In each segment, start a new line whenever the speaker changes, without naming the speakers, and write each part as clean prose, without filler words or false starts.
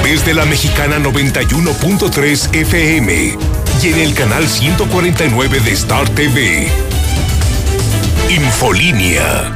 través de la Mexicana 91.3 FM y en el canal 149 de Star TV. Infolínea.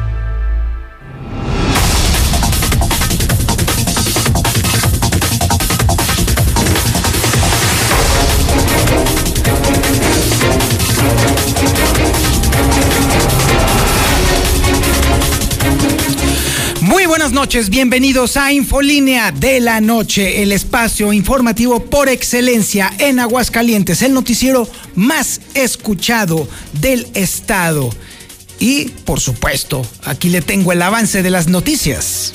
Muy buenas noches, bienvenidos a Infolínea de la Noche, el espacio informativo por excelencia en Aguascalientes, el noticiero más escuchado del estado. Y, por supuesto, aquí le tengo el avance de las noticias.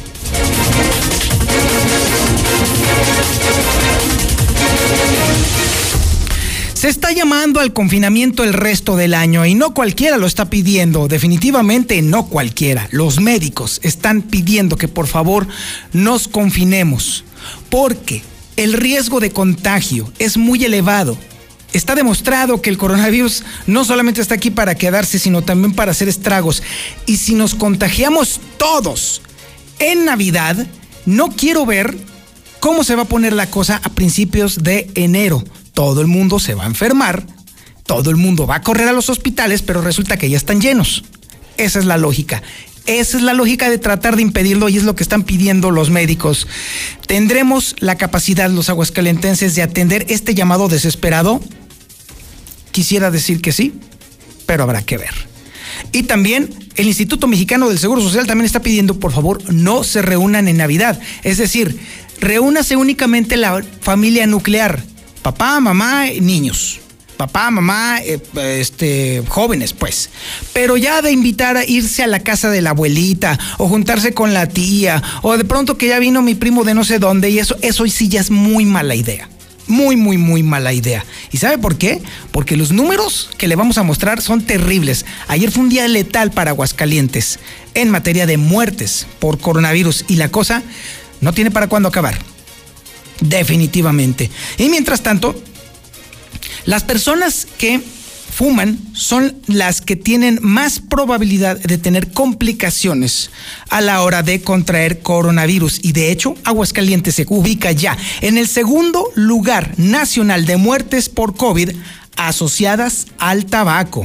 Se está llamando al confinamiento el resto del año y no cualquiera lo está pidiendo, definitivamente no cualquiera. Los médicos están pidiendo que por favor nos confinemos porque el riesgo de contagio es muy elevado. Está demostrado que el coronavirus no solamente está aquí para quedarse, sino también para hacer estragos. Y si nos contagiamos todos en Navidad, no quiero ver cómo se va a poner la cosa a principios de enero. Todo el mundo se va a enfermar, todo el mundo va a correr a los hospitales, pero resulta que ya están llenos. Esa es la lógica. Esa es la lógica de tratar de impedirlo y es lo que están pidiendo los médicos. ¿Tendremos la capacidad los aguascalentenses de atender este llamado desesperado? Quisiera decir que sí, pero habrá que ver. Y también el Instituto Mexicano del Seguro Social también está pidiendo, por favor, no se reúnan en Navidad. Es decir, reúnase únicamente la familia nuclear. Papá, mamá, niños. Papá, mamá, jóvenes, pues. Pero ya de invitar a irse a la casa de la abuelita, o juntarse con la tía, o de pronto que ya vino mi primo de no sé dónde, y eso sí ya es muy mala idea. Muy, muy, muy mala idea. ¿Y sabe por qué? Porque los números que le vamos a mostrar son terribles. Ayer fue un día letal para Aguascalientes en materia de muertes por coronavirus, y la cosa no tiene para cuándo acabar. Definitivamente. Y mientras tanto, las personas que fuman son las que tienen más probabilidad de tener complicaciones a la hora de contraer coronavirus. Y de hecho, Aguascalientes se ubica ya en el segundo lugar nacional de muertes por COVID asociadas al tabaco.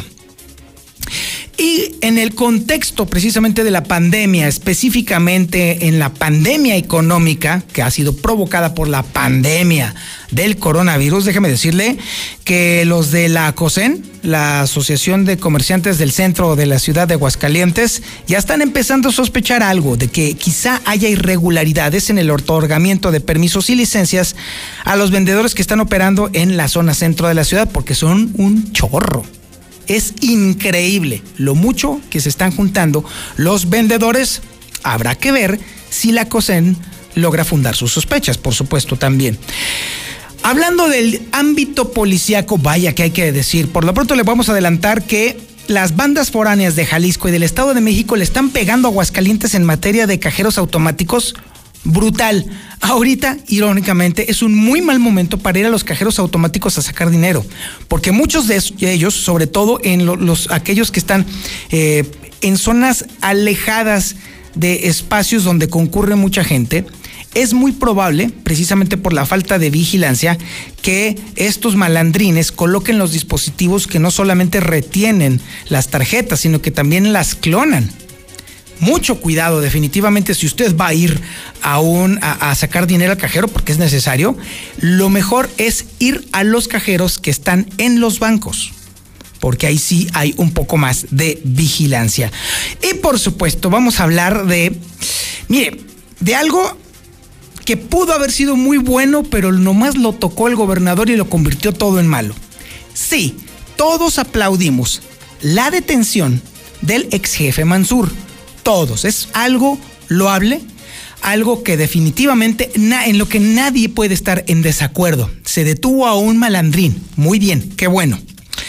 Y en el contexto precisamente de la pandemia, específicamente en la pandemia económica que ha sido provocada por la pandemia del coronavirus, déjeme decirle que los de la ACOCEN, la Asociación de Comerciantes del Centro de la Ciudad de Aguascalientes, ya están empezando a sospechar algo de que quizá haya irregularidades en el otorgamiento de permisos y licencias a los vendedores que están operando en la zona centro de la ciudad, porque son un chorro. Es increíble lo mucho que se están juntando los vendedores. Habrá que ver si la COSEN logra fundar sus sospechas, por supuesto, también. Hablando del ámbito policíaco, vaya que hay que decir, por lo pronto le vamos a adelantar que las bandas foráneas de Jalisco y del Estado de México le están pegando a Aguascalientes en materia de cajeros automáticos. Brutal. Ahorita, irónicamente, es un muy mal momento para ir a los cajeros automáticos a sacar dinero, porque muchos de ellos, sobre todo en aquellos que están en zonas alejadas de espacios donde concurre mucha gente, es muy probable, precisamente por la falta de vigilancia, que estos malandrines coloquen los dispositivos que no solamente retienen las tarjetas, sino que también las clonan. Mucho cuidado, definitivamente, si usted va a ir a sacar dinero al cajero porque es necesario, lo mejor es ir a los cajeros que están en los bancos, porque ahí sí hay un poco más de vigilancia. Y por supuesto, vamos a hablar de algo que pudo haber sido muy bueno, pero nomás lo tocó el gobernador y lo convirtió todo en malo. Sí, todos aplaudimos la detención del ex jefe Mansur. Todos, es algo loable, algo que definitivamente en lo que nadie puede estar en desacuerdo. Se detuvo a un malandrín, muy bien, qué bueno.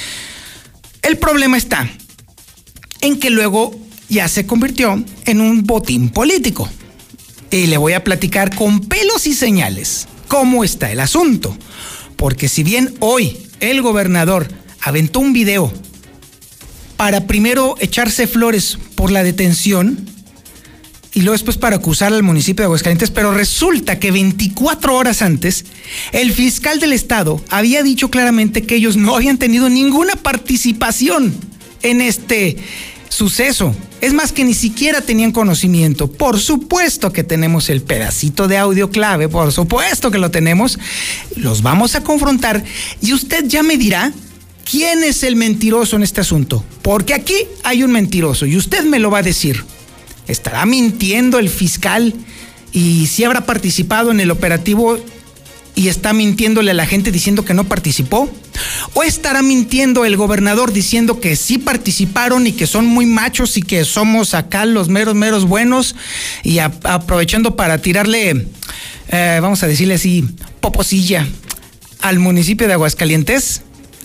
El problema está en que luego ya se convirtió en un botín político. Y le voy a platicar con pelos y señales cómo está el asunto. Porque si bien hoy el gobernador aventó un video para primero echarse flores por la detención y luego después para acusar al municipio de Aguascalientes, pero resulta que 24 horas antes, el fiscal del estado había dicho claramente que ellos no habían tenido ninguna participación en este suceso. Es más, que ni siquiera tenían conocimiento. Por supuesto que tenemos el pedacito de audio clave, por supuesto que lo tenemos. Los vamos a confrontar y usted ya me dirá quién es el mentiroso en este asunto. Porque aquí hay un mentiroso y usted me lo va a decir. ¿Estará mintiendo el fiscal y si habrá participado en el operativo y está mintiéndole a la gente diciendo que no participó? ¿O estará mintiendo el gobernador diciendo que sí participaron y que son muy machos y que somos acá los meros buenos y aprovechando para tirarle, vamos a decirle así, poposilla al municipio de Aguascalientes?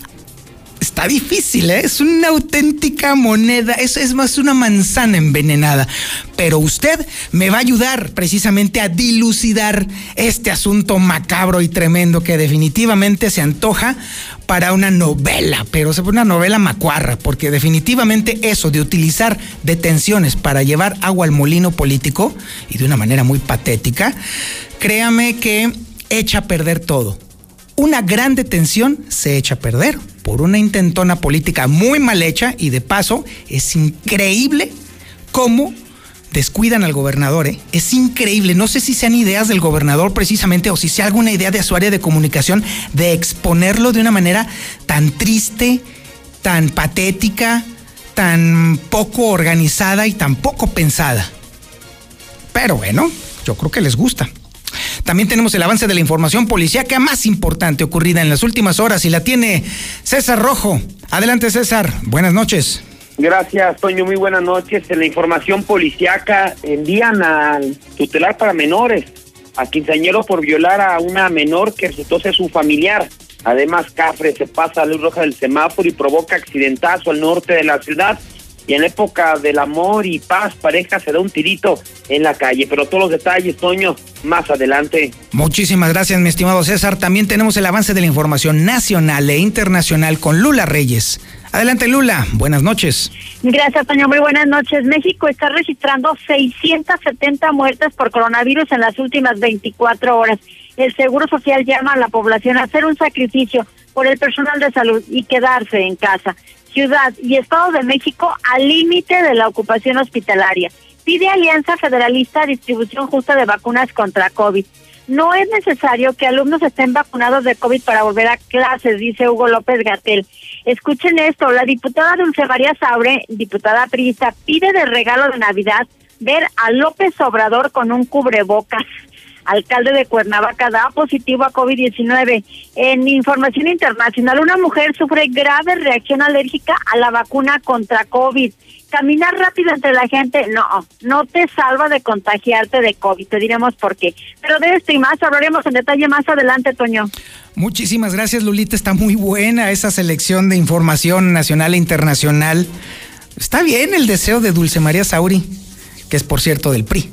Está difícil, ¿eh? Es una auténtica moneda, es más una manzana envenenada. Pero usted me va a ayudar precisamente a dilucidar este asunto macabro y tremendo que definitivamente se antoja para una novela, pero una novela macuarra, porque definitivamente eso de utilizar detenciones para llevar agua al molino político y de una manera muy patética, créame que echa a perder todo. Una gran detención se echa a perder por una intentona política muy mal hecha y de paso es increíble cómo descuidan al gobernador, ¿eh? Es increíble, no sé si sean ideas del gobernador precisamente o si sea alguna idea de su área de comunicación de exponerlo de una manera tan triste, tan patética, tan poco organizada y tan poco pensada. Pero bueno, yo creo que les gusta. También tenemos el avance de la información policíaca más importante ocurrida en las últimas horas y la tiene César Rojo. Adelante, César. Buenas noches.
Gracias, Toño. Muy buenas noches. En la información policíaca envían al tutelar para menores a quinceañero por violar a una menor que resultó ser su familiar. Además, Cafre se pasa a luz roja del semáforo y provoca accidentazo al norte de la ciudad. Y en la época del amor y paz, pareja se da un tirito en la calle. Pero todos los detalles, Toño, más adelante.
Muchísimas gracias, mi estimado César. También tenemos el avance de la información nacional e internacional con Lula Reyes. Adelante, Lula. Buenas noches.
Gracias, Toño. Muy buenas noches. México está registrando 670 muertes por coronavirus en las últimas 24 horas. El Seguro Social llama a la población a hacer un sacrificio por el personal de salud y quedarse en casa. Ciudad y Estado de México al límite de la ocupación hospitalaria. Pide Alianza Federalista distribución justa de vacunas contra COVID. No es necesario que alumnos estén vacunados de COVID para volver a clases, dice Hugo López-Gatell. Escuchen esto, la diputada Dulce María Saure, diputada priista, pide de regalo de Navidad ver a López Obrador con un cubrebocas. Alcalde de Cuernavaca da positivo a COVID-19. En información internacional, una mujer sufre grave reacción alérgica a la vacuna contra COVID. Caminar rápido entre la gente, no te salva de contagiarte de COVID, te diremos por qué. Pero de esto y más hablaremos en detalle más adelante, Toño.
Muchísimas gracias, Lulita, está muy buena esa selección de información nacional e internacional. Está bien el deseo de Dulce María Sauri, que es por cierto del PRI.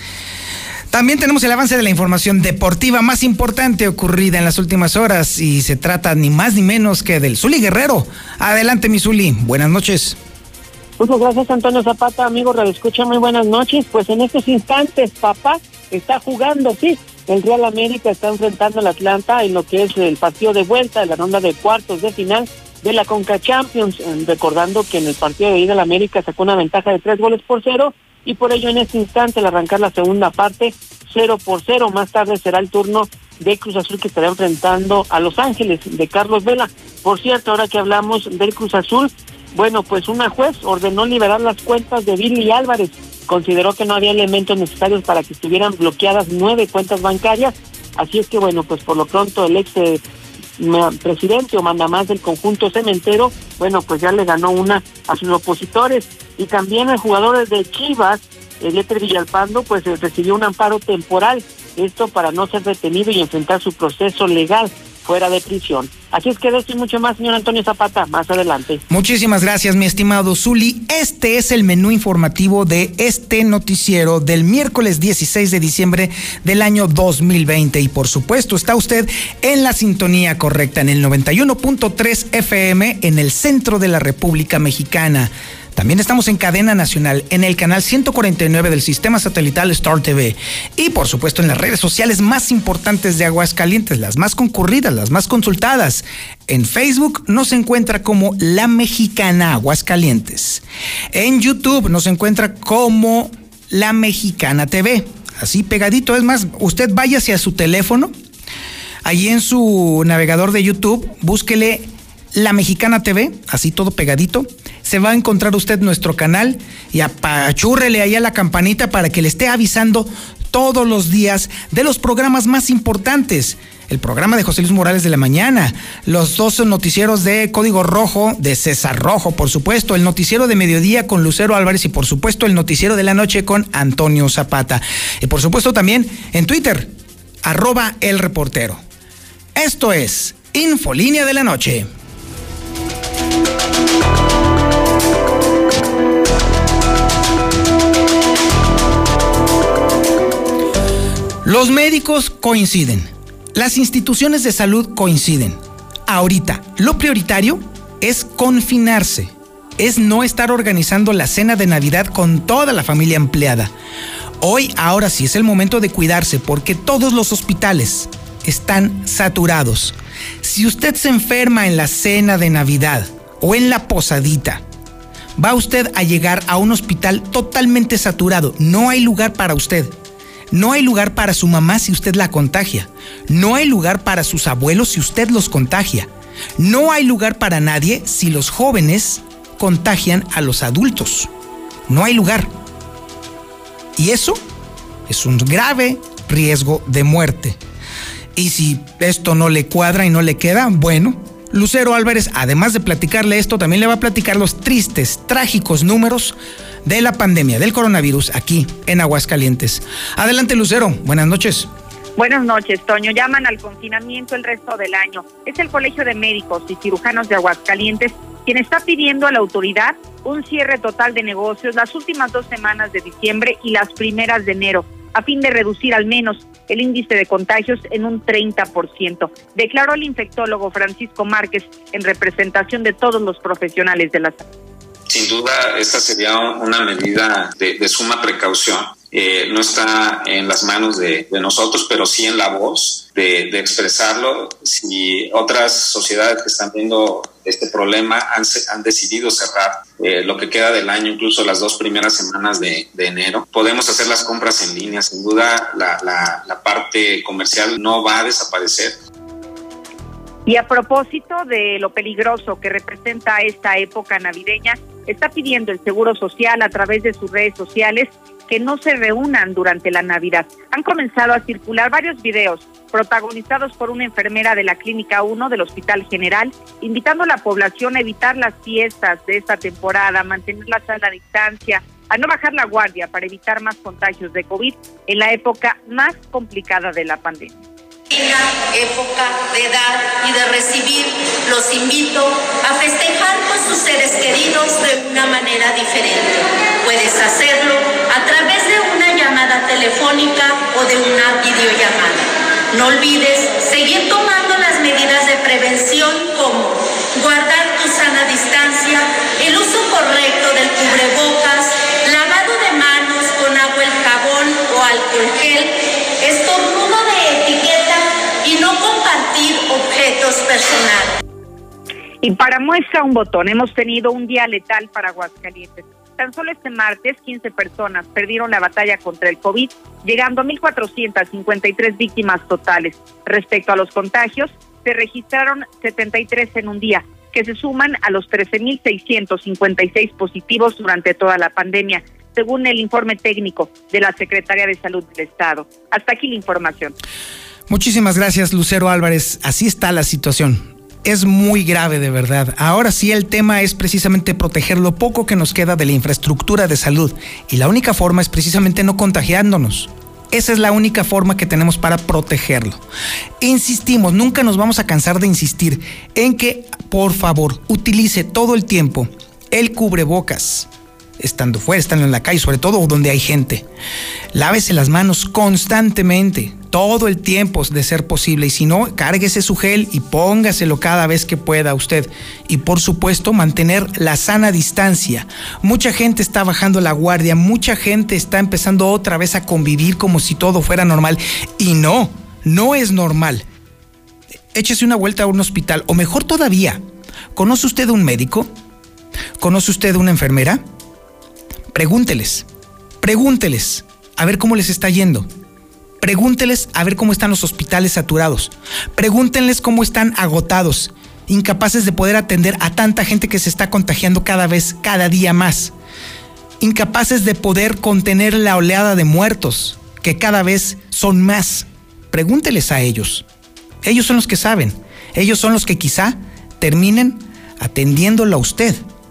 También tenemos el avance de la información deportiva más importante ocurrida en las últimas horas y se trata ni más ni menos que del Zuli Guerrero. Adelante, mi Zuli, buenas noches.
Muchas gracias, Antonio Zapata, amigo Radio Escucha, muy buenas noches. Pues en estos instantes, papá está jugando, sí, el Real América está enfrentando al Atlanta en lo que es el partido de vuelta de la ronda de cuartos de final de la Conca Champions, recordando que en el partido de ida el América sacó una ventaja de 3-0 y por ello en este instante al arrancar la segunda parte 0-0, más tarde será el turno de Cruz Azul que estará enfrentando a Los Ángeles de Carlos Vela. Por cierto, ahora que hablamos del Cruz Azul, bueno, pues una juez ordenó liberar las cuentas de Billy Álvarez, consideró que no había elementos necesarios para que estuvieran bloqueadas 9 cuentas bancarias, así es que bueno, pues por lo pronto el ex presidente o mandamás del conjunto cementero, bueno, pues ya le ganó una a sus opositores. Y también el jugador de Chivas, Eliezer Villalpando, pues recibió un amparo temporal, esto para no ser detenido y enfrentar su proceso legal fuera de prisión. Así es que de esto y mucho más, señor Antonio Zapata, más adelante.
Muchísimas gracias, mi estimado Zuli. Este es el menú informativo de este noticiero del miércoles 16 de diciembre del año 2020. Y por supuesto, está usted en la sintonía correcta, en el 91.3 FM, en el centro de la República Mexicana. También estamos en cadena nacional, en el canal 149 del sistema satelital Star TV. Y por supuesto en las redes sociales más importantes de Aguascalientes, las más concurridas, las más consultadas. En Facebook nos encuentra como La Mexicana Aguascalientes. En YouTube nos encuentra como La Mexicana TV. Así pegadito, es más, usted vaya hacia su teléfono, ahí en su navegador de YouTube, búsquele La Mexicana TV, así todo pegadito. Se va a encontrar usted nuestro canal y apachúrrele ahí a la campanita para que le esté avisando todos los días de los programas más importantes. El programa de José Luis Morales de la mañana, los 2 noticieros de Código Rojo, de César Rojo, por supuesto, el noticiero de mediodía con Lucero Álvarez y por supuesto el noticiero de la noche con Antonio Zapata. Y por supuesto también en Twitter, @elreportero. Esto es Infolínea de la Noche. Los médicos coinciden. Las instituciones de salud coinciden. Ahorita, lo prioritario es confinarse. Es no estar organizando la cena de Navidad con toda la familia empleada. Ahora sí es el momento de cuidarse porque todos los hospitales están saturados. Si usted se enferma en la cena de Navidad o en la posadita, va usted a llegar a un hospital totalmente saturado. No hay lugar para usted. No hay lugar para su mamá si usted la contagia. No hay lugar para sus abuelos si usted los contagia. No hay lugar para nadie si los jóvenes contagian a los adultos. No hay lugar. Y eso es un grave riesgo de muerte. Y si esto no le cuadra y no le queda, bueno, Lucero Álvarez, además de platicarle esto, también le va a platicar los tristes, trágicos números de la pandemia del coronavirus aquí en Aguascalientes. Adelante, Lucero, buenas noches.
Buenas noches, Toño. Llaman al confinamiento el resto del año. Es el Colegio de Médicos y Cirujanos de Aguascalientes quien está pidiendo a la autoridad un cierre total de negocios las últimas 2 semanas de diciembre y las primeras de enero, a fin de reducir al menos el índice de contagios en un 30%, declaró el infectólogo Francisco Márquez en representación de todos los profesionales de la salud.
Sin duda, esta sería una medida de suma precaución. No está en las manos de nosotros, pero sí en la voz de expresarlo. Si otras sociedades que están viendo este problema han decidido cerrar lo que queda del año, incluso las 2 primeras semanas de enero, podemos hacer las compras en línea. Sin duda, la parte comercial no va a desaparecer.
Y a propósito de lo peligroso que representa esta época navideña, está pidiendo el Seguro Social a través de sus redes sociales que no se reúnan durante la Navidad. Han comenzado a circular varios videos protagonizados por una enfermera de la Clínica 1 del Hospital General, invitando a la población a evitar las fiestas de esta temporada, a mantener la sana distancia, a no bajar la guardia para evitar más contagios de COVID en la época más complicada de la pandemia.
Época de dar y de recibir, los invito a festejar con sus seres queridos de una manera diferente. Puedes hacerlo a través de una llamada telefónica o de una videollamada. No olvides seguir tomando las medidas de prevención como guardar tu sana distancia, el uso correcto del cubrebocas, lavado de manos con agua, el jabón o alcohol gel, estornudo de etiqueta y no compartir objetos personales.
Y para muestra un botón, hemos tenido un día letal para Aguascalientes. Tan solo este martes, 15 personas perdieron la batalla contra el COVID, llegando a 1,453 víctimas totales. Respecto a los contagios, se registraron 73 en un día, que se suman a los 13,656 positivos durante toda la pandemia, según el informe técnico de la Secretaría de Salud del Estado. Hasta aquí la información.
Muchísimas gracias, Lucero Álvarez. Así está la situación. Es muy grave, de verdad. Ahora sí, el tema es precisamente proteger lo poco que nos queda de la infraestructura de salud. Y la única forma es precisamente no contagiándonos. Esa es la única forma que tenemos para protegerlo. Insistimos, nunca nos vamos a cansar de insistir en que, por favor, utilice todo el tiempo el cubrebocas. estando fuera, estando en la calle, sobre todo donde hay gente. Lávese las manos constantemente, todo el tiempo de ser posible, y si no, cárguese su gel y póngaselo cada vez que pueda usted. Y por supuesto, mantener la sana distancia. Mucha gente está bajando la guardia, mucha gente está empezando otra vez a convivir como si todo fuera normal, y no es normal. Échese una vuelta a un hospital, o mejor todavía, ¿conoce usted un médico? ¿Conoce usted una enfermera? Pregúnteles a ver cómo les está yendo. Pregúnteles a ver cómo están los hospitales saturados. Pregúntenles cómo están agotados, incapaces de poder atender a tanta gente que se está contagiando cada día más. Incapaces de poder contener la oleada de muertos, que cada vez son más. Pregúnteles a ellos. Ellos son los que saben. Ellos son los que quizá terminen atendiéndolo a usted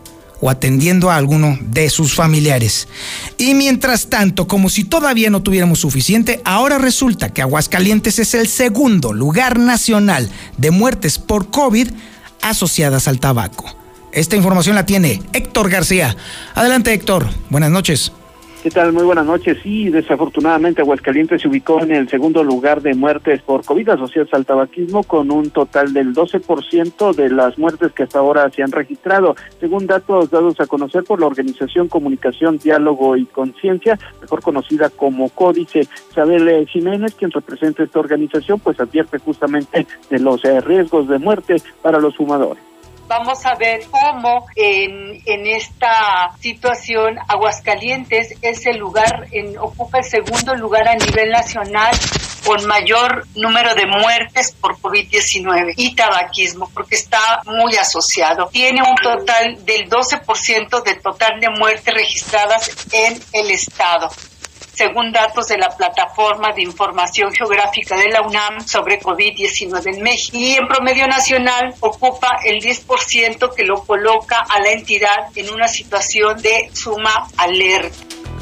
o atendiendo a alguno de sus familiares. Y mientras tanto, como si todavía no tuviéramos suficiente, ahora resulta que Aguascalientes es el segundo lugar nacional de muertes por COVID asociadas al tabaco. Esta información la tiene Héctor García. Adelante, Héctor. Buenas noches.
¿Qué tal? Muy buenas noches. Sí, desafortunadamente Aguascalientes se ubicó en el segundo lugar de muertes por COVID asociadas al tabaquismo, con un total del 12% de las muertes que hasta ahora se han registrado, según datos dados a conocer por la organización Comunicación, Diálogo y Conciencia, mejor conocida como Códice. Isabel Jiménez, quien representa esta organización, pues advierte justamente de los riesgos de muerte para los fumadores.
Vamos a ver cómo en esta situación Aguascalientes es el lugar, ocupa el segundo lugar a nivel nacional con mayor número de muertes por COVID-19 y tabaquismo, porque está muy asociado. Tiene un total del 12% del total de muertes registradas en el estado, según datos de la Plataforma de Información Geográfica de la UNAM sobre COVID-19 en México. Y en promedio nacional ocupa el 10%, que lo coloca a la entidad en una situación de suma alerta.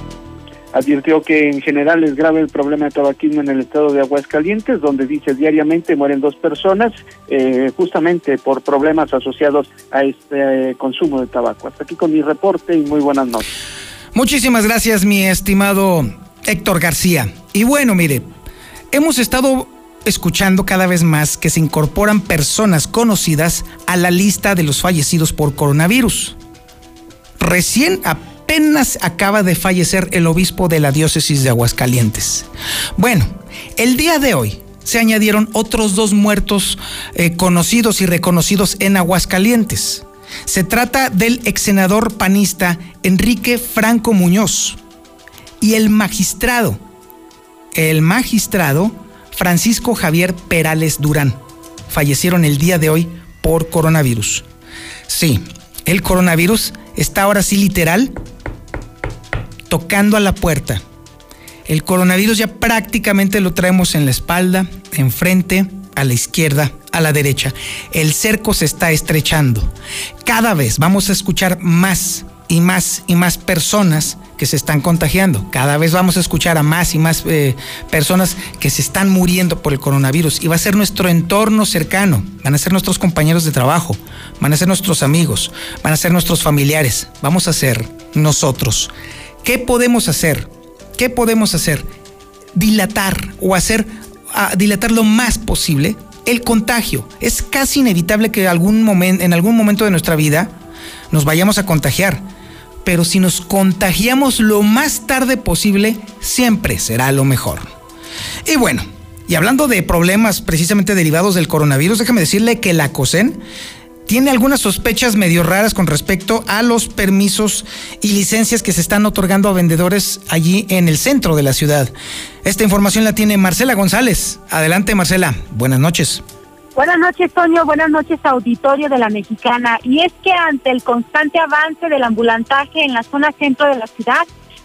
Advirtió que en general es grave el problema de tabaquismo en el estado de Aguascalientes, donde dice diariamente mueren 2 personas justamente por problemas asociados a este consumo de tabaco. Hasta aquí con mi reporte y muy buenas noches.
Muchísimas gracias, mi estimado Héctor García. Y bueno, mire, hemos estado escuchando cada vez más que se incorporan personas conocidas a la lista de los fallecidos por coronavirus. Apenas acaba de fallecer el obispo de la diócesis de Aguascalientes. Bueno, el día de hoy se añadieron otros 2 muertos conocidos y reconocidos en Aguascalientes. Se trata del ex senador panista Enrique Franco Muñoz y el magistrado Francisco Javier Perales Durán. Fallecieron el día de hoy por coronavirus. Sí, el coronavirus está ahora sí literal tocando a la puerta. El coronavirus ya prácticamente lo traemos en la espalda, enfrente, a la izquierda, a la derecha. El cerco se está estrechando. Cada vez vamos a escuchar más y más y más personas que se están contagiando. Cada vez vamos a escuchar a más y más personas que se están muriendo por el coronavirus. Y va a ser nuestro entorno cercano. Van a ser nuestros compañeros de trabajo. Van a ser nuestros amigos. Van a ser nuestros familiares. Vamos a ser nosotros. ¿Qué podemos hacer? ¿Qué podemos hacer? Dilatar lo más posible el contagio. Es casi inevitable que en algún momento de nuestra vida nos vayamos a contagiar, pero si nos contagiamos lo más tarde posible, siempre será lo mejor. Y bueno, y hablando de problemas precisamente derivados del coronavirus, déjame decirle que la COSEN tiene algunas sospechas medio raras con respecto a los permisos y licencias que se están otorgando a vendedores allí en el centro de la ciudad. Esta información la tiene Marcela González. Adelante, Marcela. Buenas noches.
Buenas noches, Toño. Buenas noches, auditorio de La Mexicana. Y es que ante el constante avance del ambulantaje en la zona centro de la ciudad,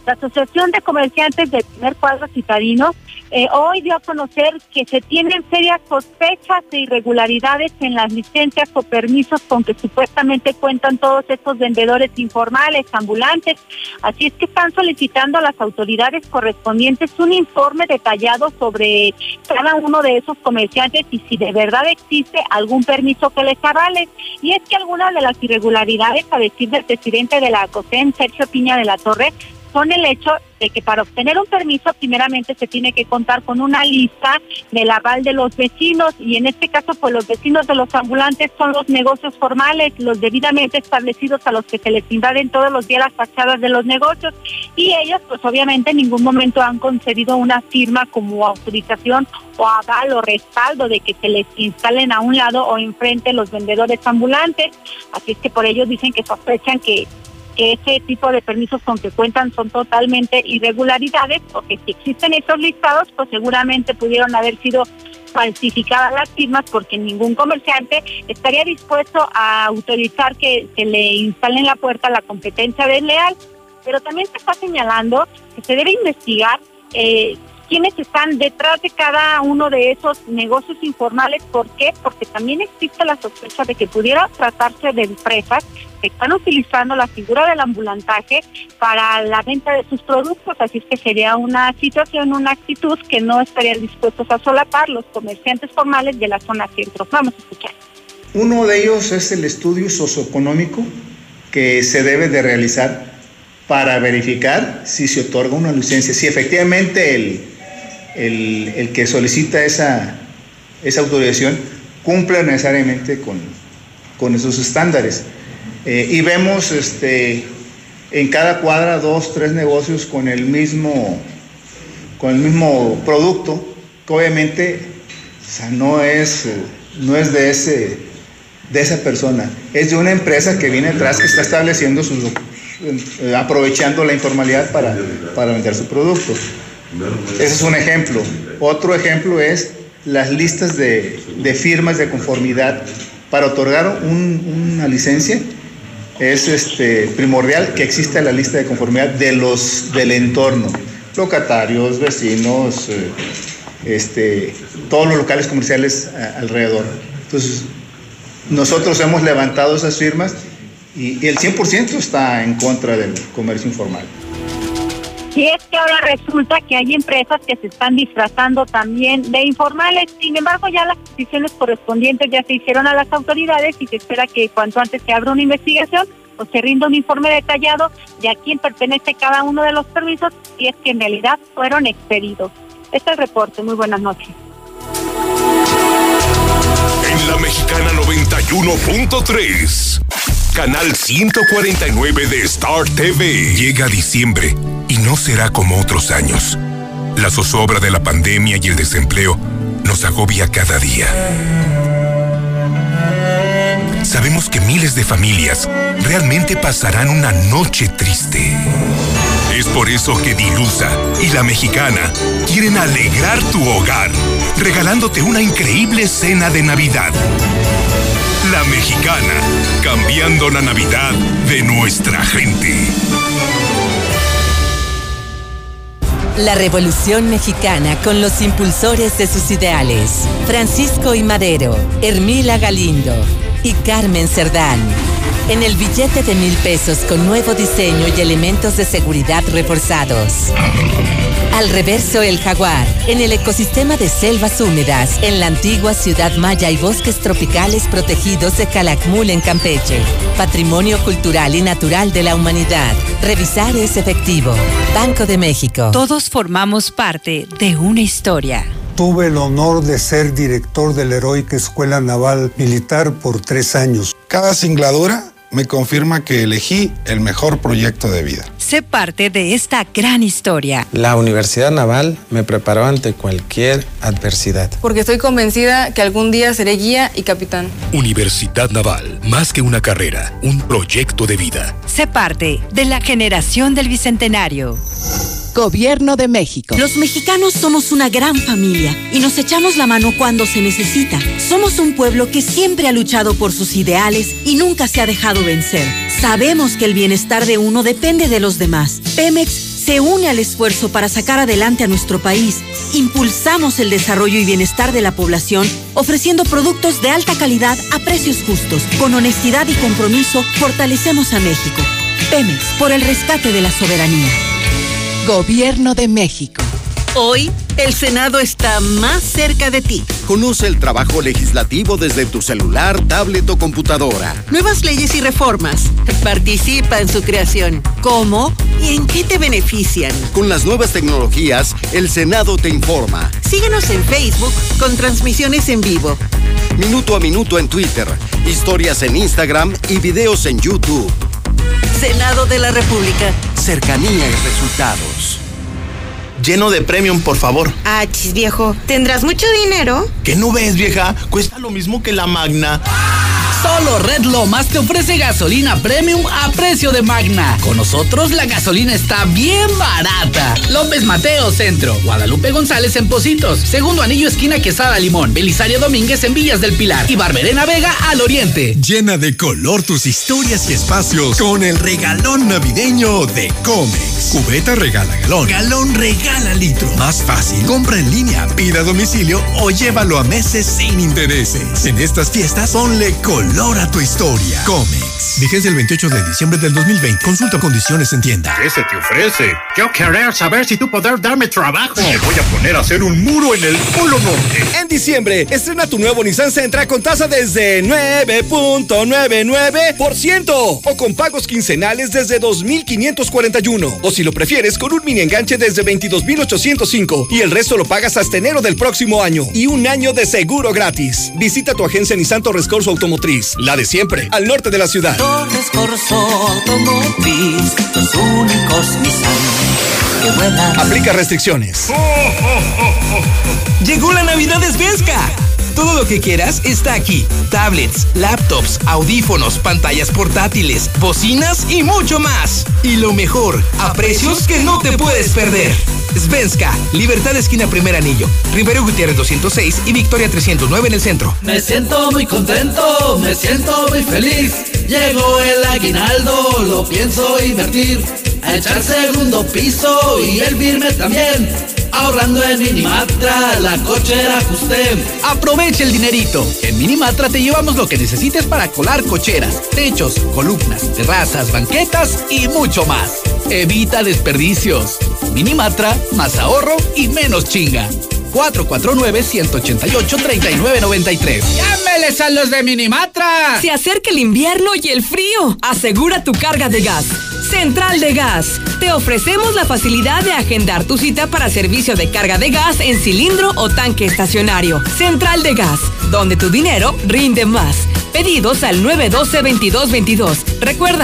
La Asociación de Comerciantes del primer cuadro citadino hoy dio a conocer que se tienen serias sospechas de irregularidades en las licencias o permisos con que supuestamente cuentan todos estos vendedores informales, ambulantes. Así es que están solicitando a las autoridades correspondientes un informe detallado sobre cada uno de esos comerciantes y si de verdad existe algún permiso que les avale. Y es que algunas de las irregularidades, a decir del presidente de la COSEM, Sergio Piña de la Torre, son el hecho de que para obtener un permiso primeramente se tiene que contar con una lista del aval de los vecinos, y en este caso pues los vecinos de los ambulantes son los negocios formales, los debidamente establecidos a los que se les invaden todos los días las fachadas de los negocios, y ellos pues obviamente en ningún momento han concedido una firma como autorización o aval o respaldo de que se les instalen a un lado o enfrente los vendedores ambulantes. Así es que por ello dicen que sospechan que ese tipo de permisos con que cuentan son totalmente irregularidades, o que si existen esos listados, pues seguramente pudieron haber sido falsificadas las firmas, porque ningún comerciante estaría dispuesto a autorizar que se le instale en la puerta la competencia desleal. Pero también se está señalando que se debe investigar quiénes están detrás de cada uno de esos negocios informales. ¿Por qué? Porque también existe la sospecha de que pudiera tratarse de empresas que están utilizando la figura del ambulantaje para la venta de sus productos. Así es que sería una situación, una actitud que no estarían dispuestos a solapar los comerciantes formales de la zona centro. Vamos a escuchar.
Uno de ellos es el estudio socioeconómico que se debe de realizar para verificar si se otorga una licencia, si efectivamente el que solicita esa autorización cumple necesariamente con esos estándares. Y vemos en cada cuadra 2, 3 negocios con el mismo producto, que obviamente no es de esa persona, es de una empresa que viene atrás, que está estableciendo aprovechando la informalidad para vender su producto. Ese es un ejemplo. Otro ejemplo es las listas de firmas de conformidad. Para otorgar una licencia es primordial que exista la lista de conformidad del entorno, locatarios, vecinos, todos los locales comerciales alrededor. Entonces, nosotros hemos levantado esas firmas y el 100% está en contra del comercio informal.
Y es que ahora resulta que hay empresas que se están disfrazando también de informales. Sin embargo, ya las peticiones correspondientes ya se hicieron a las autoridades y se espera que cuanto antes se abra una investigación o se rinda un informe detallado de a quién pertenece cada uno de los permisos y es que en realidad fueron expedidos. Este es el reporte. Muy buenas noches.
En la Mexicana 91.3, canal 149 de Star TV. Llega diciembre y no será como otros años. La zozobra de la pandemia y el desempleo nos agobia cada día. Sabemos que miles de familias realmente pasarán una noche triste. Es por eso que Dilusa y La Mexicana quieren alegrar tu hogar, regalándote una increíble cena de Navidad. La Mexicana, cambiando la Navidad de nuestra gente.
La Revolución Mexicana con los impulsores de sus ideales. Francisco I. Madero, Hermila Galindo y Carmen Cerdán. En el billete de 1,000 pesos con nuevo diseño y elementos de seguridad reforzados. Al reverso el jaguar, en el ecosistema de selvas húmedas, en la antigua ciudad maya y bosques tropicales protegidos de Calakmul en Campeche. Patrimonio cultural y natural de la humanidad. Revisar es efectivo. Banco de México.
Todos formamos parte de una historia.
Tuve el honor de ser director de la Heroica Escuela Naval Militar por 3 años.
Cada singladura me confirma que elegí el mejor proyecto de vida.
Sé parte de esta gran historia.
La Universidad Naval me preparó ante cualquier adversidad.
Porque estoy convencida que algún día seré guía y capitán.
Universidad Naval, más que una carrera, un proyecto de vida.
Sé parte de la generación del Bicentenario.
Gobierno de México.
Los mexicanos somos una gran familia y nos echamos la mano cuando se necesita. Somos un pueblo que siempre ha luchado por sus ideales y nunca se ha dejado vencer. Sabemos que el bienestar de uno depende de los demás. Pemex se une al esfuerzo para sacar adelante a nuestro país. Impulsamos el desarrollo y bienestar de la población, ofreciendo productos de alta calidad a precios justos. Con honestidad y compromiso, fortalecemos a México. Pemex, por el rescate de la soberanía.
Gobierno de México.
Hoy, el Senado está más cerca de ti.
Conoce el trabajo legislativo desde tu celular, tablet o computadora.
Nuevas leyes y reformas. Participa en su creación. ¿Cómo y en qué te benefician?
Con las nuevas tecnologías, el Senado te informa.
Síguenos en Facebook con transmisiones en vivo.
Minuto a minuto en Twitter, historias en Instagram y videos en YouTube.
Senado de la República.
Cercanía y resultados.
Lleno de premium, por favor.
Ah, chis, viejo. ¿Tendrás mucho dinero?
¿Qué no ves, vieja? Cuesta lo mismo que la Magna.
Solo Red Lomas te ofrece gasolina premium a precio de Magna. Con nosotros la gasolina está bien barata. López Mateo Centro, Guadalupe González en Pocitos, Segundo Anillo esquina Quesada Limón, Belisario Domínguez en Villas del Pilar y Barberena Vega al oriente.
Llena de color tus historias y espacios con el regalón navideño de Comex. Cubeta regala galón, galón regala litro. Más fácil, compra en línea, pida a domicilio o llévalo a meses sin intereses. En estas fiestas ponle color a tu historia. Comex. Vigencia el 28 de diciembre del 2020. Consulta condiciones en tienda.
¿Qué se te ofrece? Yo querer saber si tú podrás darme trabajo. Me voy a poner a hacer un muro en el Polo Norte.
En diciembre, estrena tu nuevo Nissan Sentra con tasa desde 9.99% o con pagos quincenales desde 2,541. O si lo prefieres, con un mini enganche desde 22,805 y el resto lo pagas hasta enero del próximo año y un año de seguro gratis. Visita tu agencia Nissan Torres Corso Automotriz, la de siempre, al norte de la ciudad.
Torres Corso Automotriz, los únicos Nissan que vuelan.
Aplica restricciones.
Llegó la Navidad de Svenska. Todo lo que quieras está aquí. Tablets, laptops, audífonos, pantallas portátiles, bocinas y mucho más. Y lo mejor, a precios que no te puedes perder. Svenska, Libertad esquina Primer Anillo, Rivero Gutiérrez 206 y Victoria 309 en el centro.
Me siento muy contento, me siento muy feliz. Llegó el aguinaldo, lo pienso invertir. A echar segundo piso y el firme también. Ahorrando en Minimatra, la cochera ajusté.
Aprovecha el dinerito. En Minimatra te llevamos lo que necesites para colar cocheras, techos, columnas, terrazas, banquetas y mucho más. Evita desperdicios. Minimatra, más ahorro y menos chinga. 449-188-3993.
¡Llámeles a los de Minimatra!
Se acerca el invierno y el frío. Asegura tu carga de gas. Central de Gas. Te ofrecemos la facilidad de agendar tu cita para servicio de carga de gas en cilindro o tanque estacionario. Central de Gas, donde tu dinero rinde más. Pedidos al 912-2222. Recuerda,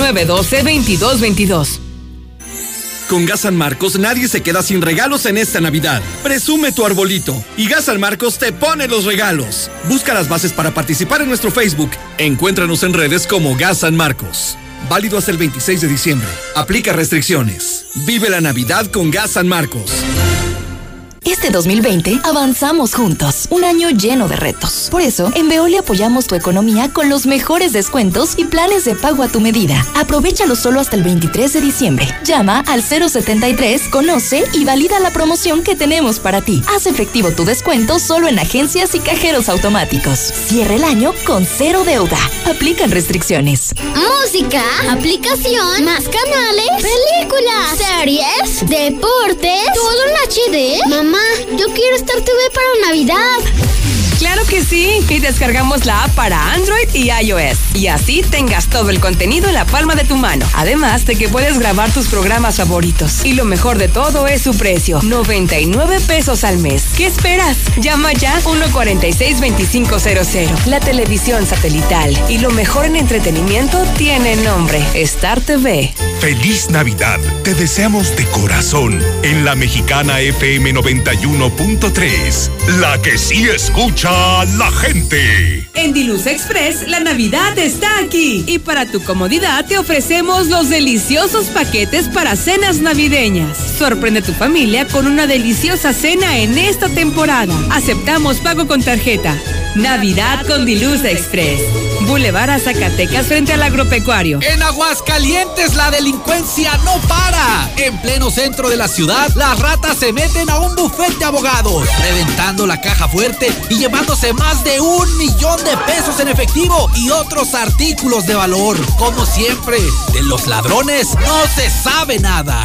912-2222.
Con Gas San Marcos nadie se queda sin regalos en esta Navidad. Presume tu arbolito y Gas San Marcos te pone los regalos. Busca las bases para participar en nuestro Facebook. Encuéntranos en redes como Gas San Marcos. Válido hasta el 26 de diciembre. Aplica restricciones. Vive la Navidad con Gas San Marcos.
Este 2020 avanzamos juntos, un año lleno de retos. Por eso, en Veolia apoyamos tu economía con los mejores descuentos y planes de pago a tu medida. Aprovéchalo solo hasta el 23 de diciembre. Llama al 073, conoce y valida la promoción que tenemos para ti. Haz efectivo tu descuento solo en agencias y cajeros automáticos. Cierra el año con cero deuda. Aplican restricciones.
Música, aplicación, más canales, películas, series, deportes, todo en HD. Mamá, yo quiero Star TV para Navidad.
Claro que sí, y descargamos la app para Android y iOS. Y así tengas todo el contenido en la palma de tu mano. Además de que puedes grabar tus programas favoritos. Y lo mejor de todo es su precio, 99 pesos al mes. ¿Qué esperas? Llama ya 146-2500. La televisión satelital y lo mejor en entretenimiento tiene nombre, Star TV.
¡Feliz Navidad! Te deseamos de corazón en la Mexicana FM 91.3, la que sí escucha a la gente.
En Dilusa Express, la Navidad está aquí. Y para tu comodidad te ofrecemos los deliciosos paquetes para cenas navideñas. Sorprende a tu familia con una deliciosa cena en esta temporada. Aceptamos pago con tarjeta. Navidad con Dilusa Express. Boulevard a Zacatecas frente al agropecuario.
En Aguascalientes la delincuencia no para. En pleno centro de la ciudad, las ratas se meten a un bufete de abogados, reventando la caja fuerte y llevándose más de 1 millón de pesos en efectivo y otros artículos de valor. Como siempre, de los ladrones no se sabe nada.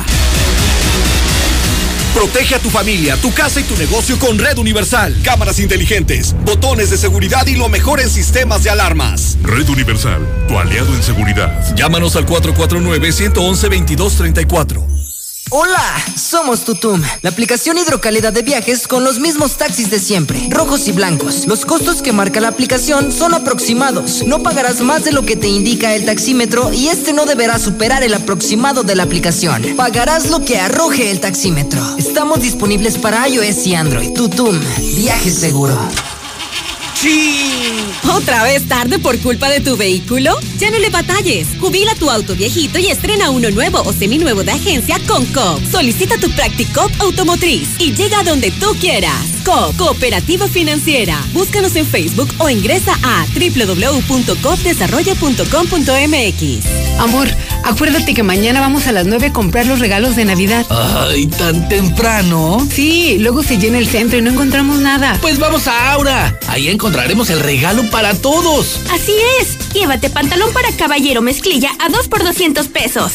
Protege a tu familia, tu casa y tu negocio con Red Universal. Cámaras inteligentes, botones de seguridad y lo mejor en sistemas de alarmas.
Red Universal, tu aliado en seguridad.
Llámanos al 449-111-2234.
Hola, somos Tutum, la aplicación hidrocálida de viajes con los mismos taxis de siempre, rojos y blancos. Los costos que marca la aplicación son aproximados. No pagarás más de lo que te indica el taxímetro y no deberá superar el aproximado de la aplicación. Pagarás lo que arroje el taxímetro. Estamos disponibles para iOS y Android. Tutum, viaje seguro.
¡Sí! ¿Otra vez tarde por culpa de tu vehículo? Ya no le batalles. Jubila tu auto viejito y estrena uno nuevo o seminuevo de agencia con Coop. Solicita tu Practicop Automotriz y llega a donde tú quieras. Coop, Cooperativa Financiera. Búscanos en Facebook o ingresa a www.coopdesarrollo.com.mx.
Amor, acuérdate que mañana vamos a las 9 a comprar los regalos de Navidad.
Ay, ¿tan temprano?
Sí, luego se llena el centro y no encontramos nada.
Pues vamos a Aura. Ahí encontraremos el regalo para todos.
Así es. Llévate pantalón para caballero mezclilla a 2 por 200 pesos.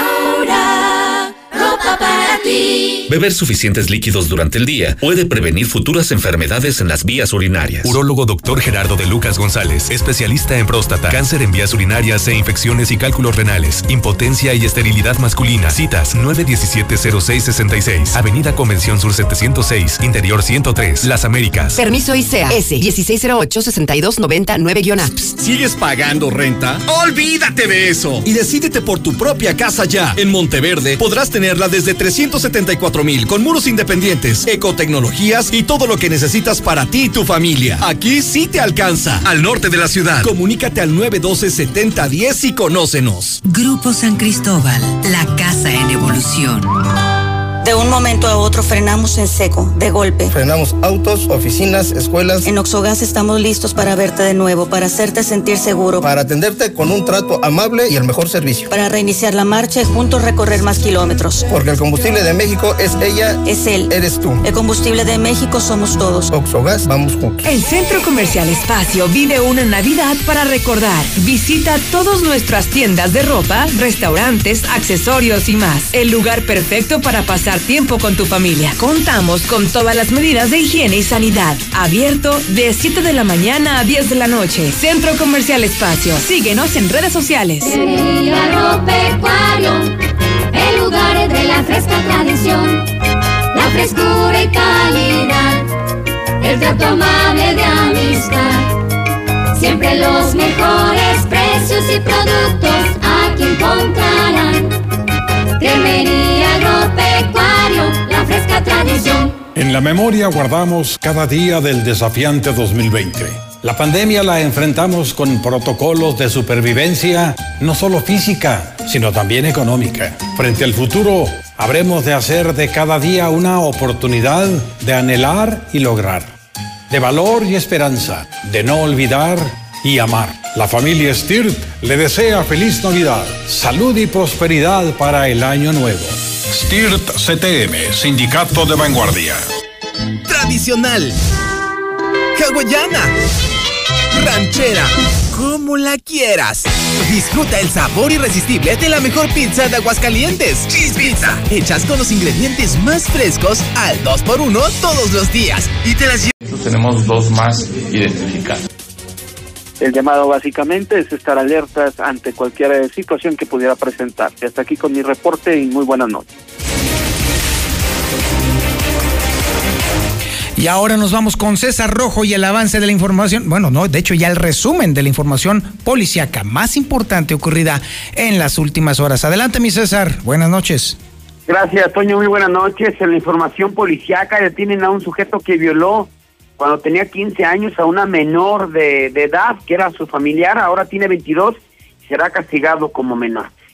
Aura, ropa para ti.
Beber suficientes líquidos durante el día puede prevenir futuras enfermedades en las vías urinarias.
Urólogo Dr. Gerardo de Lucas González, especialista en próstata, cáncer en vías urinarias e infecciones y cálculos renales, impotencia y esterilidad masculina. Citas 917-0666, Avenida Convención Sur 706, Interior 103, Las Américas.
Permiso ICEA S 1608-6299-A.
¿Sigues pagando renta? ¡Olvídate de eso! Y decídete por tu propia casa ya. En Monteverde podrás tenerla desde 374,000 con muros independientes, ecotecnologías y todo lo que necesitas para ti y tu familia. Aquí sí te alcanza. Al norte de la ciudad. Comunícate al 912-7010 y conócenos.
Grupo San Cristóbal, la casa en evolución.
De un momento a otro frenamos en seco, de golpe.
Frenamos autos, oficinas, escuelas.
En Oxogas estamos listos para verte de nuevo, para hacerte sentir seguro.
Para atenderte con un trato amable y el mejor servicio.
Para reiniciar la marcha y juntos recorrer más kilómetros.
Porque el combustible de México es ella,
es él,
eres tú.
El combustible de México somos todos.
Oxogas, vamos juntos.
El Centro Comercial Espacio vive una Navidad para recordar. Visita todas nuestras tiendas de ropa, restaurantes, accesorios y más. El lugar perfecto para pasar tiempo con tu familia. Contamos con todas las medidas de higiene y sanidad. Abierto de 7 de la mañana a 10 de la noche. Centro Comercial Espacio. Síguenos en redes sociales.
Agropecuario, el lugar de la fresca tradición, la frescura y calidad, el trato amable de amistad. Siempre los mejores precios y productos aquí encontrarán. Cremería Agropecuario, la fresca tradición.
En la memoria guardamos cada día del desafiante 2020. La pandemia la enfrentamos con protocolos de supervivencia, no solo física, sino también económica. Frente al futuro, habremos de hacer de cada día una oportunidad de anhelar y lograr, de valor y esperanza, de no olvidar y amar. La familia Stirt le desea feliz Navidad, salud y prosperidad para el año nuevo.
Stirt CTM, Sindicato de Vanguardia.
Tradicional, hawaiana, ranchera, como la quieras. Disfruta el sabor irresistible de la mejor pizza de Aguascalientes. Cheese Pizza. Hechas con los ingredientes más frescos al 2x1 todos los días. Y te las llevas.
Tenemos 2 más identificados.
El llamado básicamente es estar alertas ante cualquier situación que pudiera presentarse. Hasta aquí con mi reporte y muy buenas noches.
Y ahora nos vamos con César Rojo y el avance de la información, de hecho ya el resumen de la información policíaca más importante ocurrida en las últimas horas. Adelante, mi César, buenas noches.
Gracias, Toño, muy buenas noches. En la información policíaca detienen a un sujeto que violó cuando tenía 15 años a una menor de edad, que era su familiar, ahora tiene 22 y será castigado como menor.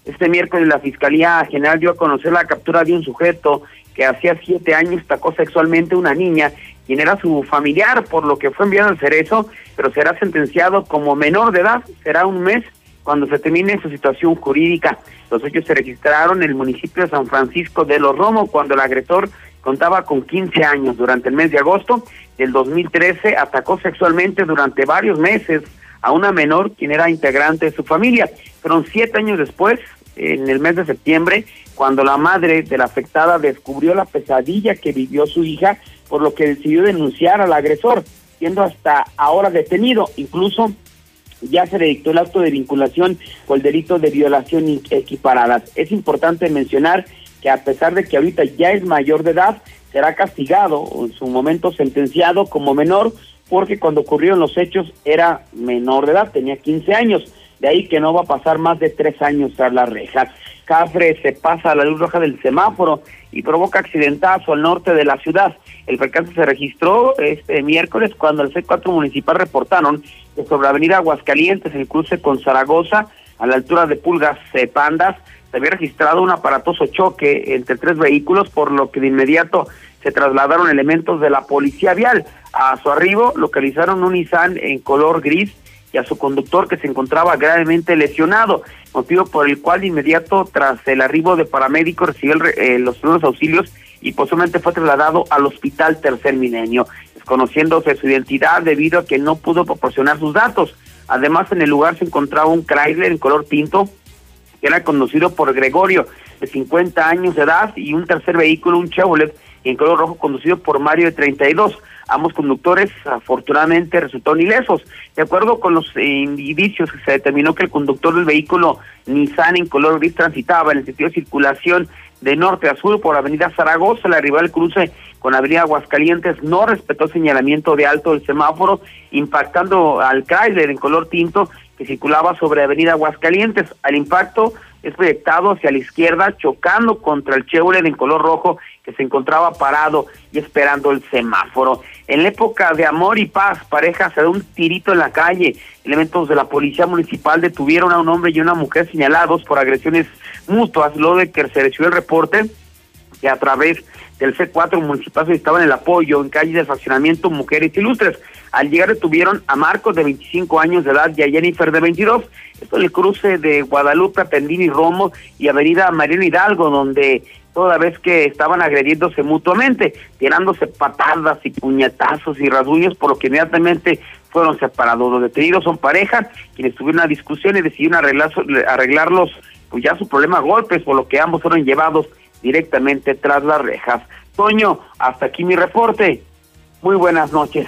Este miércoles la Fiscalía General dio a conocer la captura de un sujeto que hacía 7 años tacó sexualmente a una niña, quien era su familiar, por lo que fue enviado al Cerezo, pero será sentenciado como menor de edad. Será un mes cuando se termine su situación jurídica. Los hechos se registraron en el municipio de San Francisco de los Romos, cuando el agresor contaba con 15 años. Durante el mes de agosto del 2013 atacó sexualmente durante varios meses a una menor, quien era integrante de su familia. Fueron 7 años después, en el mes de septiembre, cuando la madre de la afectada descubrió la pesadilla que vivió su hija, por lo que decidió denunciar al agresor, siendo hasta ahora detenido. Incluso ya se le dictó el auto de vinculación por el delito de violación equiparadas. Es importante mencionar que a pesar de que ahorita ya es mayor de edad, será castigado o en su momento sentenciado como menor, porque cuando ocurrieron los hechos era menor de edad, tenía 15 años. De ahí que no va a pasar más de 3 años tras las rejas. Cafre se pasa a la luz roja del semáforo y provoca accidentazo al norte de la ciudad. El percance se registró este miércoles cuando el C4 municipal reportaron que sobre avenida Aguascalientes, el cruce con Zaragoza, a la altura de Pulgas Pandas, se había registrado un aparatoso choque entre 3 vehículos, por lo que de inmediato se trasladaron elementos de la policía vial. A su arribo localizaron un Nissan en color gris y a su conductor, que se encontraba gravemente lesionado, motivo por el cual de inmediato, tras el arribo de paramédicos, recibió los primeros auxilios y posteriormente fue trasladado al Hospital Tercer Milenio, desconociéndose su identidad debido a que no pudo proporcionar sus datos. Además, en el lugar se encontraba un Chrysler en color tinto, que era conducido por Gregorio, de 50 años de edad, y un tercer vehículo, un Chevrolet, en color rojo, conducido por Mario, de 32. Ambos conductores afortunadamente resultaron ilesos. De acuerdo con los indicios, se determinó que el conductor del vehículo Nissan en color gris transitaba en el sentido de circulación de norte a sur por avenida Zaragoza. Al arribar el cruce con avenida Aguascalientes no respetó el señalamiento de alto del semáforo, impactando al Chrysler en color tinto que circulaba sobre avenida Aguascalientes. Al impacto es proyectado hacia la izquierda, chocando contra el Chevrolet en color rojo que se encontraba parado y esperando el semáforo. En la época de amor y paz, pareja se da un tirito en la calle. Elementos de la policía municipal detuvieron a un hombre y una mujer señalados por agresiones mutuas, luego de que se recibió el reporte que a través del C4 municipal solicitaban el apoyo en calles de fraccionamiento Mujeres Ilustres. Al llegar detuvieron a Marcos, de 25 años de edad, y a Jennifer, de 22. Esto en el cruce de Guadalupe, Apendín y Romo y avenida Mariano Hidalgo, donde toda vez que estaban agrediéndose mutuamente, tirándose patadas y puñetazos y rasguños, por lo que inmediatamente fueron separados. Los detenidos son pareja, quienes tuvieron una discusión y decidieron arreglarlos, pues ya su problema a golpes, por lo que ambos fueron llevados directamente tras las rejas. Toño, hasta aquí mi reporte. Muy buenas noches.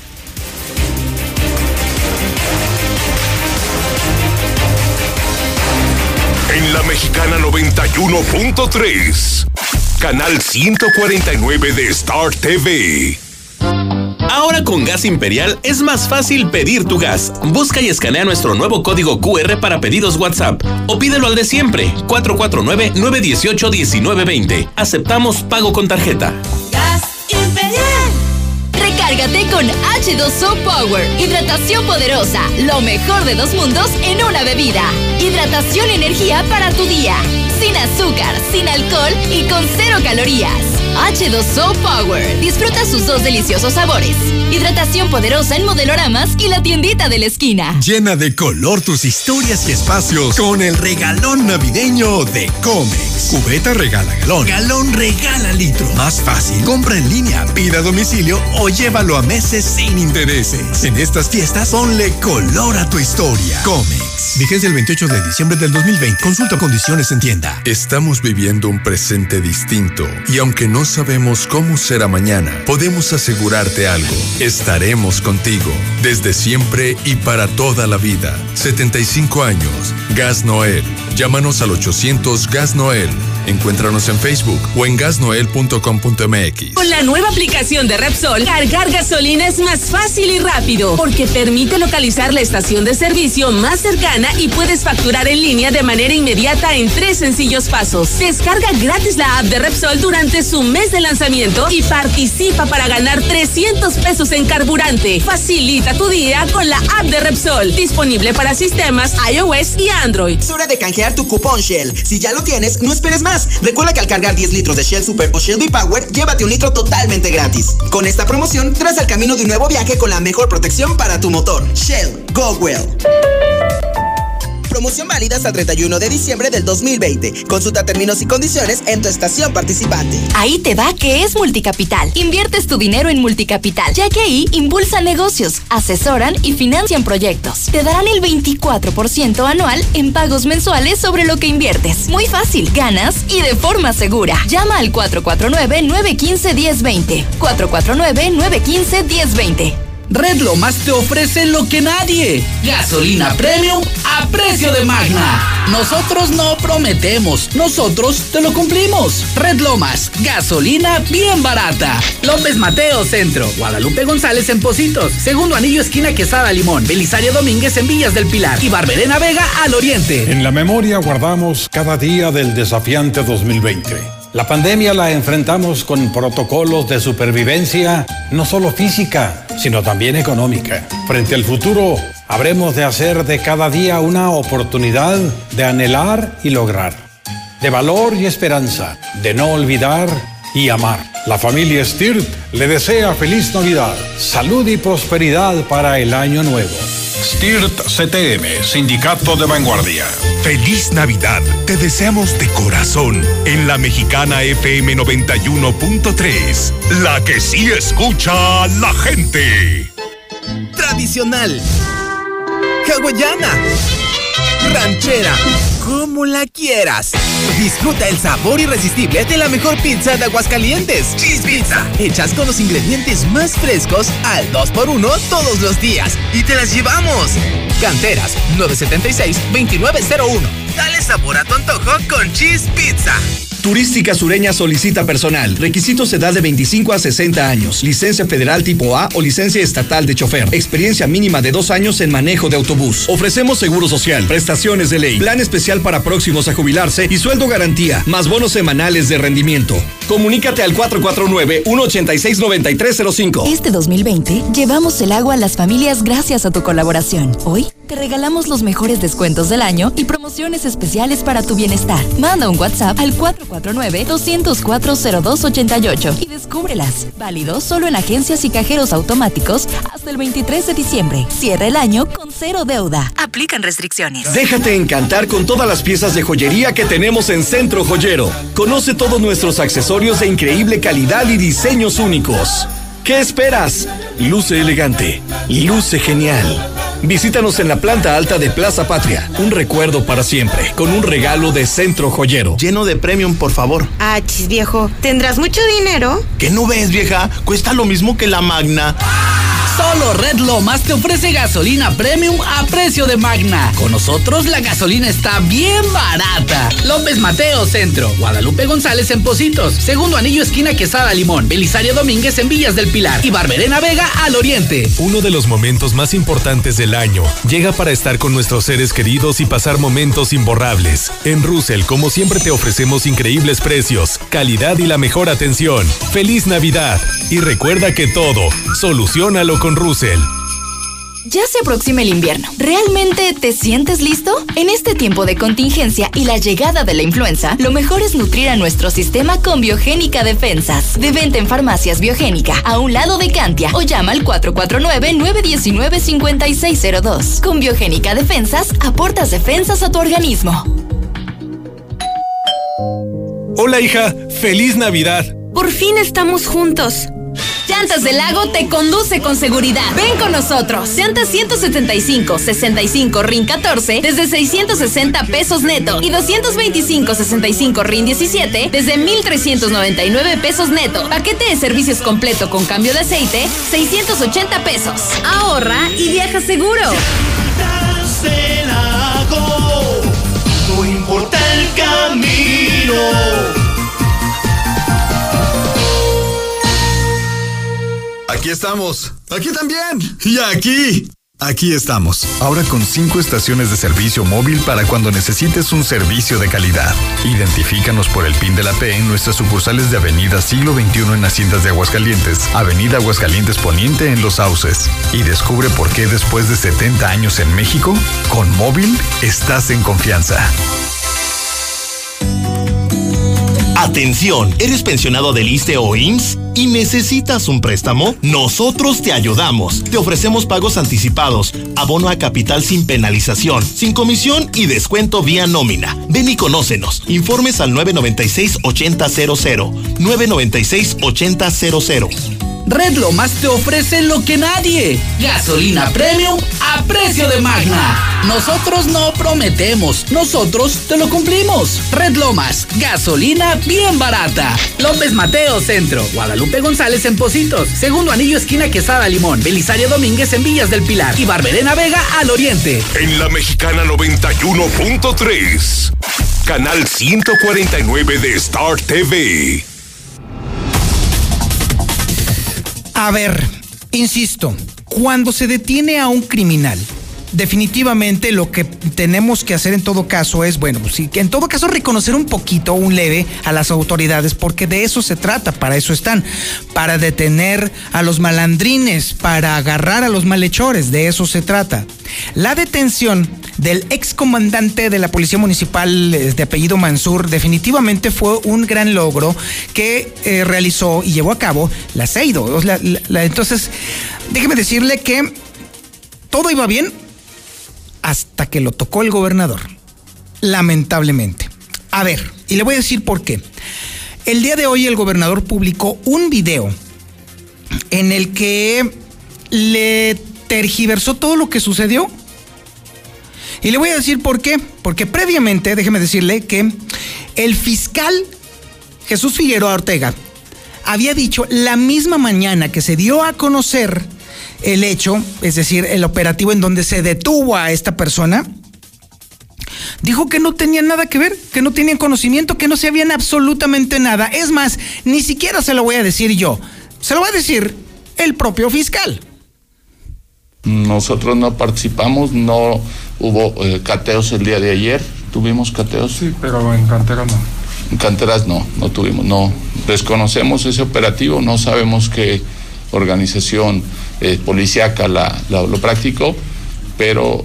En la Mexicana 91.3, canal 149 de Star TV.
Ahora con Gas Imperial es más fácil pedir tu gas. Busca y escanea nuestro nuevo código QR para pedidos WhatsApp o pídelo al de siempre, 449-918-1920. Aceptamos pago con tarjeta.
Gas Imperial. Recárgate con H2O Power. Hidratación poderosa. Lo mejor de 2 mundos en una bebida. Hidratación y energía para tu día. Sin azúcar, sin alcohol y con 0 calorías. H2O Power. Disfruta sus 2 deliciosos sabores. Hidratación poderosa en modeloramas y la tiendita de la esquina.
Llena de color tus historias y espacios con el regalón navideño de Comex. Cubeta regala galón. Galón regala litro. Más fácil. Compra en línea, pida a domicilio o llévalo a meses sin intereses. En estas fiestas, ponle color a tu historia. Comex. Vigencia el 28 de diciembre del 2020. Consulta condiciones en tienda.
Estamos viviendo un presente distinto y aunque no sabemos cómo será mañana, podemos asegurarte algo. Estaremos contigo desde siempre y para toda la vida. 75 años. Gas Noel. Llámanos al 800 Gas Noel. Encuéntranos en Facebook o en gasnoel.com.mx.
Con la nueva aplicación de Repsol, cargar gasolina es más fácil y rápido, porque permite localizar la estación de servicio más cercana y puedes facturar en línea de manera inmediata en 3 sencillos pasos. Descarga gratis la app de Repsol durante su mes de lanzamiento y participa para ganar 300 pesos en carburante. Facilita tu día con la app de Repsol, disponible para sistemas iOS y Android.
Es hora de canjear
crear tu cupón Shell. Si ya lo tienes, no esperes más. Recuerda que al cargar 10 litros de Shell Super o Shell V-Power, llévate un litro totalmente gratis. Con esta promoción, traza el camino de un nuevo viaje con la mejor protección para tu motor. Shell, go well. Promoción válida hasta el 31 de diciembre del 2020. Consulta términos y condiciones en tu estación participante.
Ahí te va que es Multicapital. Inviertes tu dinero en Multicapital, ya que ahí impulsan negocios, asesoran y financian proyectos. Te darán el 24% anual en pagos mensuales sobre lo que inviertes. Muy fácil, ganas y de forma segura. Llama al 449-915-1020. 449-915-1020.
Red Lomas te ofrece lo que nadie. Gasolina premium a precio de Magna. Nosotros no prometemos, nosotros te lo cumplimos. Red Lomas, gasolina bien barata. López Mateo Centro, Guadalupe González en Pocitos, Segundo Anillo esquina Quesada Limón, Belisario Domínguez en Villas del Pilar y Barberena Vega al oriente.
En la memoria guardamos cada día del desafiante 2020. La pandemia la enfrentamos con protocolos de supervivencia, no solo física, sino también económica. Frente al futuro, habremos de hacer de cada día una oportunidad de anhelar y lograr, de valor y esperanza, de no olvidar y amar. La familia Stirt le desea feliz Navidad, salud y prosperidad para el año nuevo.
Stirt CTM, Sindicato de Vanguardia. Feliz Navidad, te deseamos de corazón en la Mexicana FM 91.3, la que sí escucha a la gente.
Tradicional, hawaiana, ranchera, como la quieras. Disfruta el sabor irresistible de la mejor pizza de Aguascalientes. Cheese Pizza. Hechas con los ingredientes más frescos al 2x1 todos los días. Y te las llevamos. Canteras 976-2901. Dale sabor a tu antojo con Cheese Pizza.
Turística Sureña solicita personal. Requisitos: edad de 25 a 60 años. Licencia federal tipo A o licencia estatal de chofer. Experiencia mínima de 2 años en manejo de autobús. Ofrecemos seguro social, prestaciones de ley, plan especial para próximos a jubilarse y sueldo garantía, más bonos semanales de rendimiento. Comunícate al 449-186-9305.
Este 2020 llevamos el agua a las familias gracias a tu colaboración. Hoy te regalamos los mejores descuentos del año y promociones especiales para tu bienestar. Manda un WhatsApp al 449-204-0288 y descúbrelas. Válido solo en agencias y cajeros automáticos hasta el 23 de diciembre. Cierra el año con cero deuda. Aplican restricciones.
Déjate encantar con todas las piezas de joyería que tenemos en Centro Joyero. Conoce todos nuestros accesorios de increíble calidad y diseños únicos. ¿Qué esperas? Luce elegante, luce genial. Visítanos en la planta alta de Plaza Patria. Un recuerdo para siempre, con un regalo de Centro Joyero.
Lleno de premium, por favor.
Ah, chis, viejo. ¿Tendrás mucho dinero?
¿Qué no ves, vieja? Cuesta lo mismo que la Magna. Solo Red Lomas te ofrece gasolina premium a precio de Magna. Con nosotros la gasolina está bien barata. López Mateo Centro, Guadalupe González en Pocitos, Segundo Anillo esquina Quesada Limón, Belisario Domínguez en Villas del Pilar y Barberena Vega al oriente.
Uno de los momentos más importantes del año llega para estar con nuestros seres queridos y pasar momentos imborrables. En Russell, como siempre, te ofrecemos increíbles precios, calidad y la mejor atención. ¡Feliz Navidad! Y recuerda que todo, soluciónalo con Russell.
Ya se aproxima el invierno. ¿Realmente te sientes listo? En este tiempo de contingencia y la llegada de la influenza, lo mejor es nutrir a nuestro sistema con Biogénica Defensas. De venta en farmacias Biogénica, a un lado de Cantia, o llama al 449-919-5602. Con Biogénica Defensas, aportas defensas a tu organismo.
Hola, hija. ¡Feliz Navidad!
Por fin estamos juntos.
Llantas del Lago te conduce con seguridad. Ven con nosotros. Llantas 175-65 RIN 14 desde 660 pesos neto y 225-65 RIN 17 desde 1,399 pesos neto. Paquete de servicios completo con cambio de aceite, 680 pesos. Ahorra y viaja seguro.
Llantas del Lago, no importa el camino.
Aquí estamos. Aquí también. Y aquí. Aquí estamos. Ahora con 5 estaciones de servicio móvil para cuando necesites un servicio de calidad. Identifícanos por el PIN de la P en nuestras sucursales de Avenida Siglo XXI en Haciendas de Aguascalientes, Avenida Aguascalientes Poniente en Los Sauces. Y descubre por qué después de 70 años en México, con móvil estás en confianza.
Atención, ¿eres pensionado del ISSSTE o IMSS y necesitas un préstamo? Nosotros te ayudamos. Te ofrecemos pagos anticipados, abono a capital sin penalización, sin comisión y descuento vía nómina. Ven y conócenos. Informes al 996-8000. 996-8000.
Red Lomas te ofrece lo que nadie. Gasolina premium a precio de Magna. Nosotros no prometemos, nosotros te lo cumplimos. Red Lomas, gasolina bien barata. López Mateo Centro, Guadalupe González en Pocitos, Segundo Anillo esquina Quesada Limón, Belisario Domínguez en Villas del Pilar y Barberena Vega al oriente.
En la Mexicana 91.3, canal 149 de Star TV.
A ver, insisto, cuando se detiene a un criminal, definitivamente lo que tenemos que hacer en todo caso es, bueno, pues sí, en todo caso reconocer un poquito, un leve a las autoridades, porque de eso se trata, para eso están, para detener a los malandrines, para agarrar a los malhechores, de eso se trata. La detención del excomandante de la Policía Municipal de apellido Mansur definitivamente fue un gran logro que realizó y llevó a cabo la CEIDO. Entonces, déjeme decirle que todo iba bien hasta que lo tocó el gobernador, lamentablemente. A ver, y le voy a decir por qué. El día de hoy el gobernador publicó un video en el que le tergiversó todo lo que sucedió. Y le voy a decir por qué. Porque previamente, déjeme decirle que el fiscal Jesús Figueroa Ortega había dicho la misma mañana que se dio a conocer el hecho, es decir, el operativo en donde se detuvo a esta persona, dijo que no tenían nada que ver, que no tenían conocimiento, que no sabían absolutamente nada. Es más, ni siquiera se lo voy a decir yo, se lo va a decir el propio fiscal.
Nosotros no participamos, no hubo cateos el día de ayer. ¿Tuvimos cateos?
Sí, pero en canteras no.
En canteras no tuvimos, no. Desconocemos ese operativo, no sabemos qué organización policíaca lo practicó, pero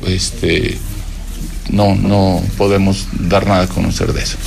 no podemos dar nada a conocer de eso.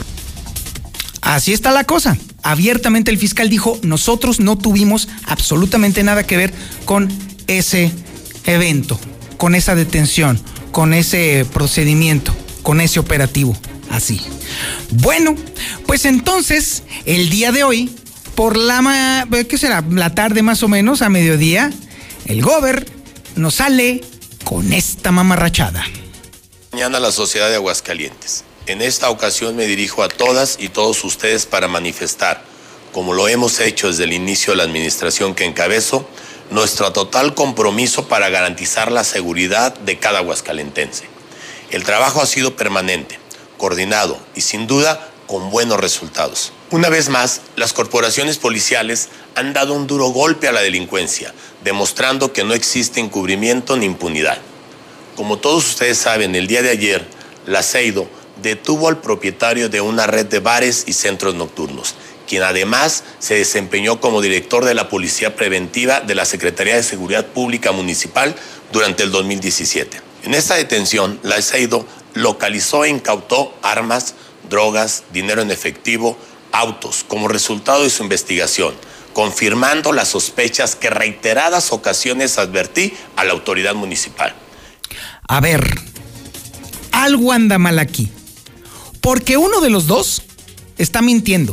Así está la cosa. Abiertamente el fiscal dijo, nosotros no tuvimos absolutamente nada que ver con ese evento, con esa detención, con ese procedimiento, con ese operativo. Así. Bueno, pues entonces, el día de hoy, por ¿qué será? La tarde más o menos, a mediodía, el gober nos sale con esta mamarrachada.
Mañana la sociedad de Aguascalientes. En esta ocasión me dirijo a todas y todos ustedes para manifestar, como lo hemos hecho desde el inicio de la administración que encabezo, nuestro total compromiso para garantizar la seguridad de cada aguascalentense. El trabajo ha sido permanente, coordinado y sin duda con buenos resultados. Una vez más, las corporaciones policiales han dado un duro golpe a la delincuencia, demostrando que no existe encubrimiento ni impunidad. Como todos ustedes saben, el día de ayer, la CEIDO detuvo al propietario de una red de bares y centros nocturnos, quien además se desempeñó como director de la Policía Preventiva de la Secretaría de Seguridad Pública Municipal durante el 2017. En esta detención, la CEIDO localizó e incautó armas, drogas, dinero en efectivo, autos, como resultado de su investigación, confirmando las sospechas que reiteradas ocasiones advertí a la autoridad municipal.
A ver, algo anda mal aquí, porque uno de los dos está mintiendo.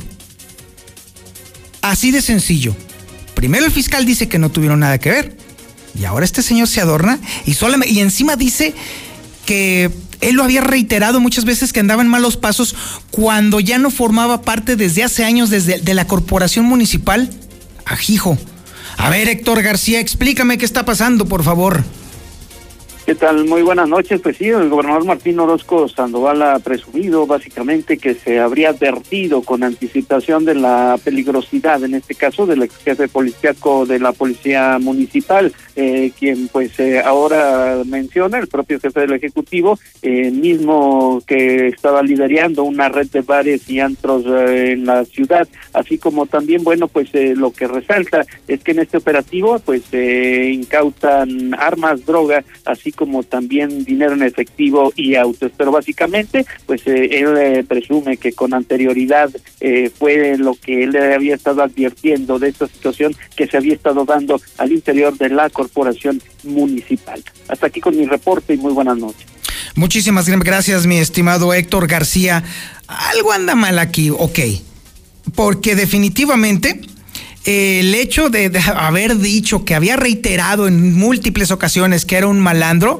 Así de sencillo. Primero el fiscal dice que no tuvieron nada que ver, y ahora este señor se adorna y encima dice que él lo había reiterado muchas veces, que andaba en malos pasos cuando ya no formaba parte desde hace años de la corporación municipal. Ajijo. A ver, Héctor García, explícame qué está pasando, por favor.
¿Qué tal? Muy buenas noches. Pues sí, el gobernador Martín Orozco Sandoval ha presumido básicamente que se habría advertido con anticipación de la peligrosidad, en este caso del ex jefe policíaco de la Policía Municipal, quien pues ahora menciona, el propio jefe del Ejecutivo, mismo que estaba liderando una red de bares y antros en la ciudad, así como también, bueno, pues lo que resalta es que en este operativo pues incautan armas, droga, así como también dinero en efectivo y autos. Pero básicamente, pues él presume que con anterioridad fue lo que él le había estado advirtiendo de esta situación que se había estado dando al interior de la corporación municipal. Hasta aquí con mi reporte y muy buenas noches.
Muchísimas gracias, mi estimado Héctor García. Algo anda mal aquí, ok, porque definitivamente el hecho de haber dicho que había reiterado en múltiples ocasiones que era un malandro,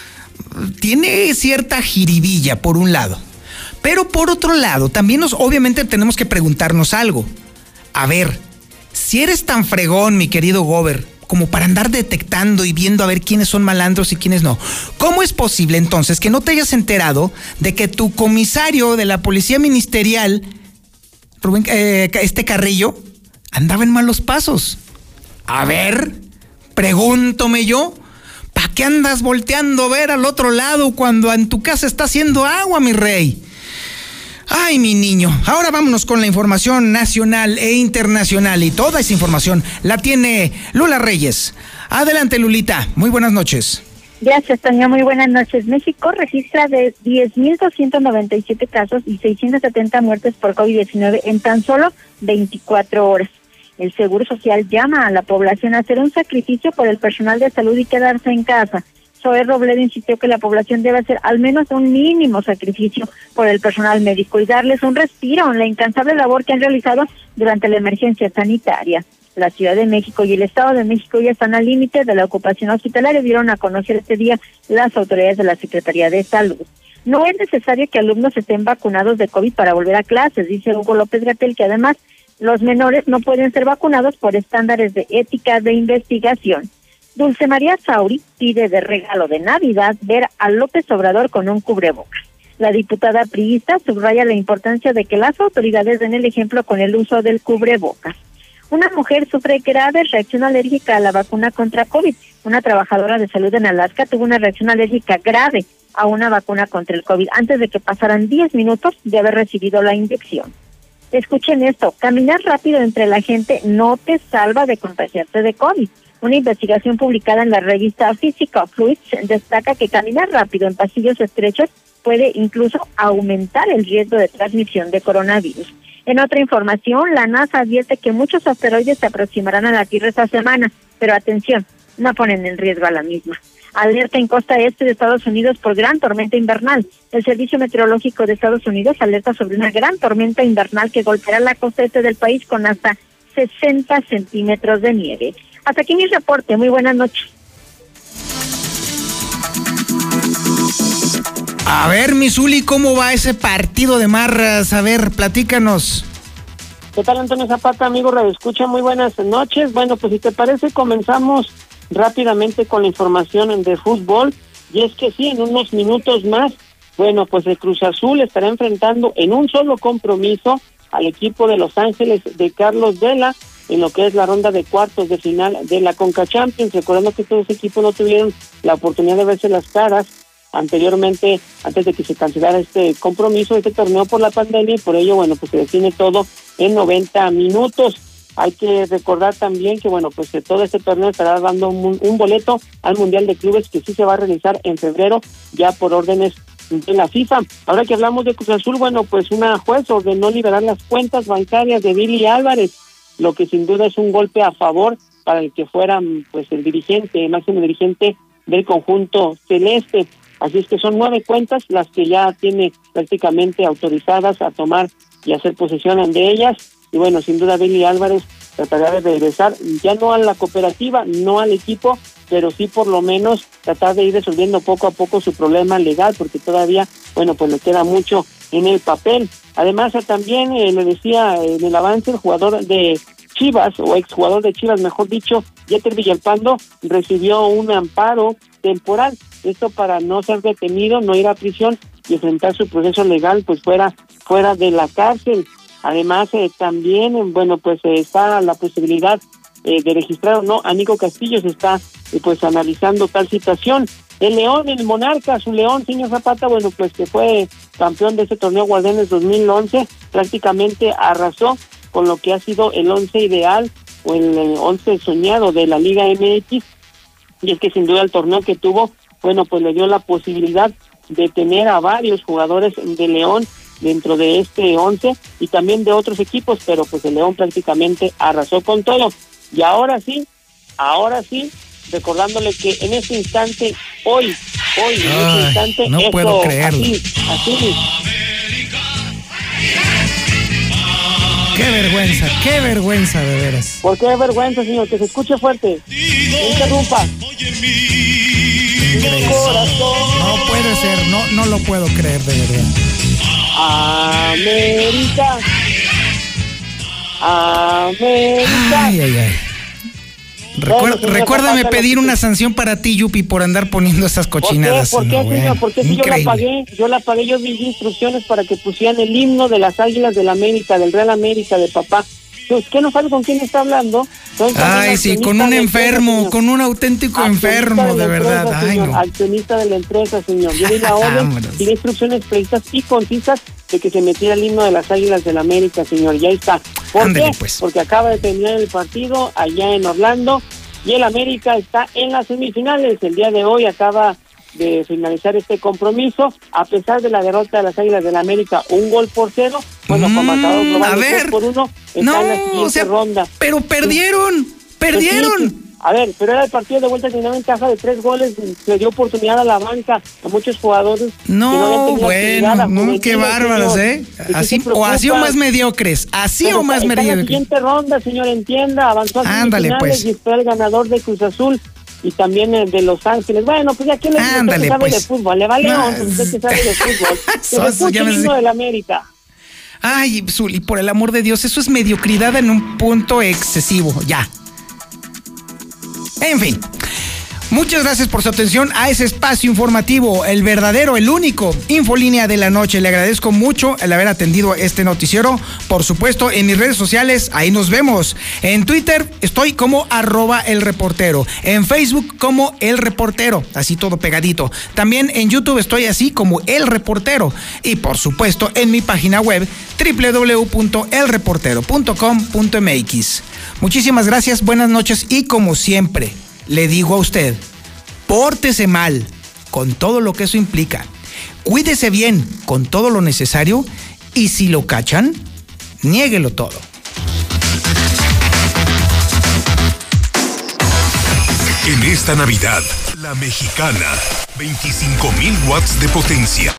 tiene cierta jiribilla por un lado, pero por otro lado también obviamente tenemos que preguntarnos algo. A ver, si eres tan fregón, mi querido Gober, como para andar detectando y viendo a ver quiénes son malandros y quiénes no, ¿cómo es posible entonces que no te hayas enterado de que tu comisario de la policía ministerial, Rubén Carrillo, andaba en malos pasos? A ver, pregúntome yo, ¿para qué andas volteando a ver al otro lado cuando en tu casa está haciendo agua, mi rey? Ay, mi niño. Ahora vámonos con la información nacional e internacional, y toda esa información la tiene Lula Reyes. Adelante, Lulita. Muy buenas noches.
Gracias, Toño. Muy buenas noches. México registra de 10.297 casos y 670 muertes por COVID-19 en tan solo 24 horas. El Seguro Social llama a la población a hacer un sacrificio por el personal de salud y quedarse en casa. Zoe Robledo insistió que la población debe hacer al menos un mínimo sacrificio por el personal médico y darles un respiro en la incansable labor que han realizado durante la emergencia sanitaria. La Ciudad de México y el Estado de México ya están al límite de la ocupación hospitalaria, dieron a conocer este día las autoridades de la Secretaría de Salud. No es necesario que alumnos estén vacunados de COVID para volver a clases, dice Hugo López-Gatell, que además los menores no pueden ser vacunados por estándares de ética de investigación. Dulce María Sauri pide de regalo de Navidad ver a López Obrador con un cubrebocas. La diputada priista subraya la importancia de que las autoridades den el ejemplo con el uso del cubrebocas. Una mujer sufre grave reacción alérgica a la vacuna contra COVID. Una trabajadora de salud en Alaska tuvo una reacción alérgica grave a una vacuna contra el COVID antes de que pasaran 10 minutos de haber recibido la inyección. Escuchen esto, caminar rápido entre la gente no te salva de contagiarte de COVID. Una investigación publicada en la revista Physical Fluids destaca que caminar rápido en pasillos estrechos puede incluso aumentar el riesgo de transmisión de coronavirus. En otra información, la NASA advierte que muchos asteroides se aproximarán a la Tierra esta semana, pero atención, no ponen en riesgo a la misma. Alerta en costa este de Estados Unidos por gran tormenta invernal. El Servicio Meteorológico de Estados Unidos alerta sobre una gran tormenta invernal que golpeará la costa este del país con hasta 60 centímetros de nieve. Hasta aquí mi reporte. Muy buenas noches.
A ver, mi Zuli, ¿cómo va ese partido de marras? A ver, platícanos.
¿Qué tal, Antonio Zapata, amigo Radio Escucha? Muy buenas noches. Bueno, pues si te parece, comenzamos rápidamente con la información de fútbol. Y es que sí, en unos minutos más, bueno, pues el Cruz Azul estará enfrentando en un solo compromiso al equipo de Los Ángeles de Carlos Vela en lo que es la ronda de cuartos de final de la Conca Champions, recordando que estos equipos no tuvieron la oportunidad de verse las caras anteriormente, antes de que se cancelara este compromiso, este torneo por la pandemia, y por ello, bueno, pues se define todo en 90 minutos. Hay que recordar también que, bueno, pues todo este torneo estará dando un boleto al Mundial de Clubes que sí se va a realizar en febrero, ya por órdenes de la FIFA. Ahora que hablamos de Cruz Azul, bueno, pues una juez ordenó liberar las cuentas bancarias de Billy Álvarez, lo que sin duda es un golpe a favor para el que fuera pues el máximo dirigente del conjunto celeste. Así es que son 9 cuentas las que ya tiene prácticamente autorizadas a tomar y hacer posesión de ellas. Y bueno, sin duda Billy Álvarez tratará de regresar, ya no a la cooperativa, no al equipo, pero sí por lo menos tratar de ir resolviendo poco a poco su problema legal, porque todavía, bueno, pues le queda mucho en el papel. Además, también le decía en el avance, el jugador de Chivas, o exjugador de Chivas, mejor dicho, Yeter Villalpando, recibió un amparo temporal. Esto para no ser detenido, no ir a prisión y enfrentar su proceso legal, pues fuera de la cárcel. Además, también, bueno, pues está la posibilidad de registrar o no a Nico Castillo. Se está pues analizando tal situación. El León, el Monarca, su León, señor Zapata, bueno, pues que fue campeón de ese torneo Guardianes 2011, prácticamente arrasó con lo que ha sido el 11 ideal o el 11 soñado de la Liga MX. Y es que sin duda el torneo que tuvo bueno, pues le dio la posibilidad de tener a varios jugadores de León dentro de este 11 y también de otros equipos, pero pues el León prácticamente arrasó con todo. Y ahora sí, recordándole que en este instante, hoy, en este instante,
no puedo creerlo.
Así.
Qué vergüenza, de veras.
¿Por qué vergüenza, señor? Que se escuche fuerte. No interrumpa.
No puede ser, no lo puedo creer, de verdad.
América.
Ay. Recuérdame pedir una sanción para ti, Yupi, por andar poniendo esas cochinadas.
¿Por qué, señor? Porque si yo la pagué, yo di instrucciones para que pusieran el himno de las Águilas del América, del Real América, de papá. ¿Qué no sabe con quién está hablando?
Ay, sí, con un enfermo, con un auténtico enfermo, de verdad. Ay, no.
Accionista de la empresa, señor. Yo di la orden y di instrucciones precisas y concisas de que se metiera el himno de las Águilas del América, señor. Y ahí está. ¿Por qué? Pues. Porque acaba de terminar el partido allá en Orlando y el América está en las semifinales. El día de hoy acaba de finalizar este compromiso, a pesar de la derrota de las Águilas del América, 1-0, bueno, con marcador global 2-1, está en la siguiente ronda.
Pero perdieron.
Pues sí. A ver, pero era el partido de vuelta, tenía ventaja de 3 goles, se dio oportunidad a la banca, a muchos jugadores.
Qué bárbaros, Así o más mediocres,
En la siguiente ronda, señor, entienda, avanzó a semifinales
pues.
Y fue el ganador de Cruz Azul y también el de Los Ángeles. Bueno, pues ya quién le sabe pues. De fútbol, le va León, usted que sabe de fútbol. Se le escucha el himno del América.
Ay, Zuli, por el amor de Dios, eso es mediocridad en un punto excesivo, ya. En fin, muchas gracias por su atención a ese espacio informativo, el verdadero, el único Infolínea de la noche. Le agradezco mucho el haber atendido este noticiero. Por supuesto, en mis redes sociales, ahí nos vemos. En Twitter estoy como @elreportero. En Facebook como El Reportero, así todo pegadito. También en YouTube estoy así como El Reportero. Y por supuesto, en mi página web www.elreportero.com.mx. Muchísimas gracias, buenas noches y como siempre, le digo a usted, pórtese mal con todo lo que eso implica, cuídese bien con todo lo necesario y si lo cachan, niéguelo todo.
En esta Navidad, La Mexicana, 25,000 watts de potencia.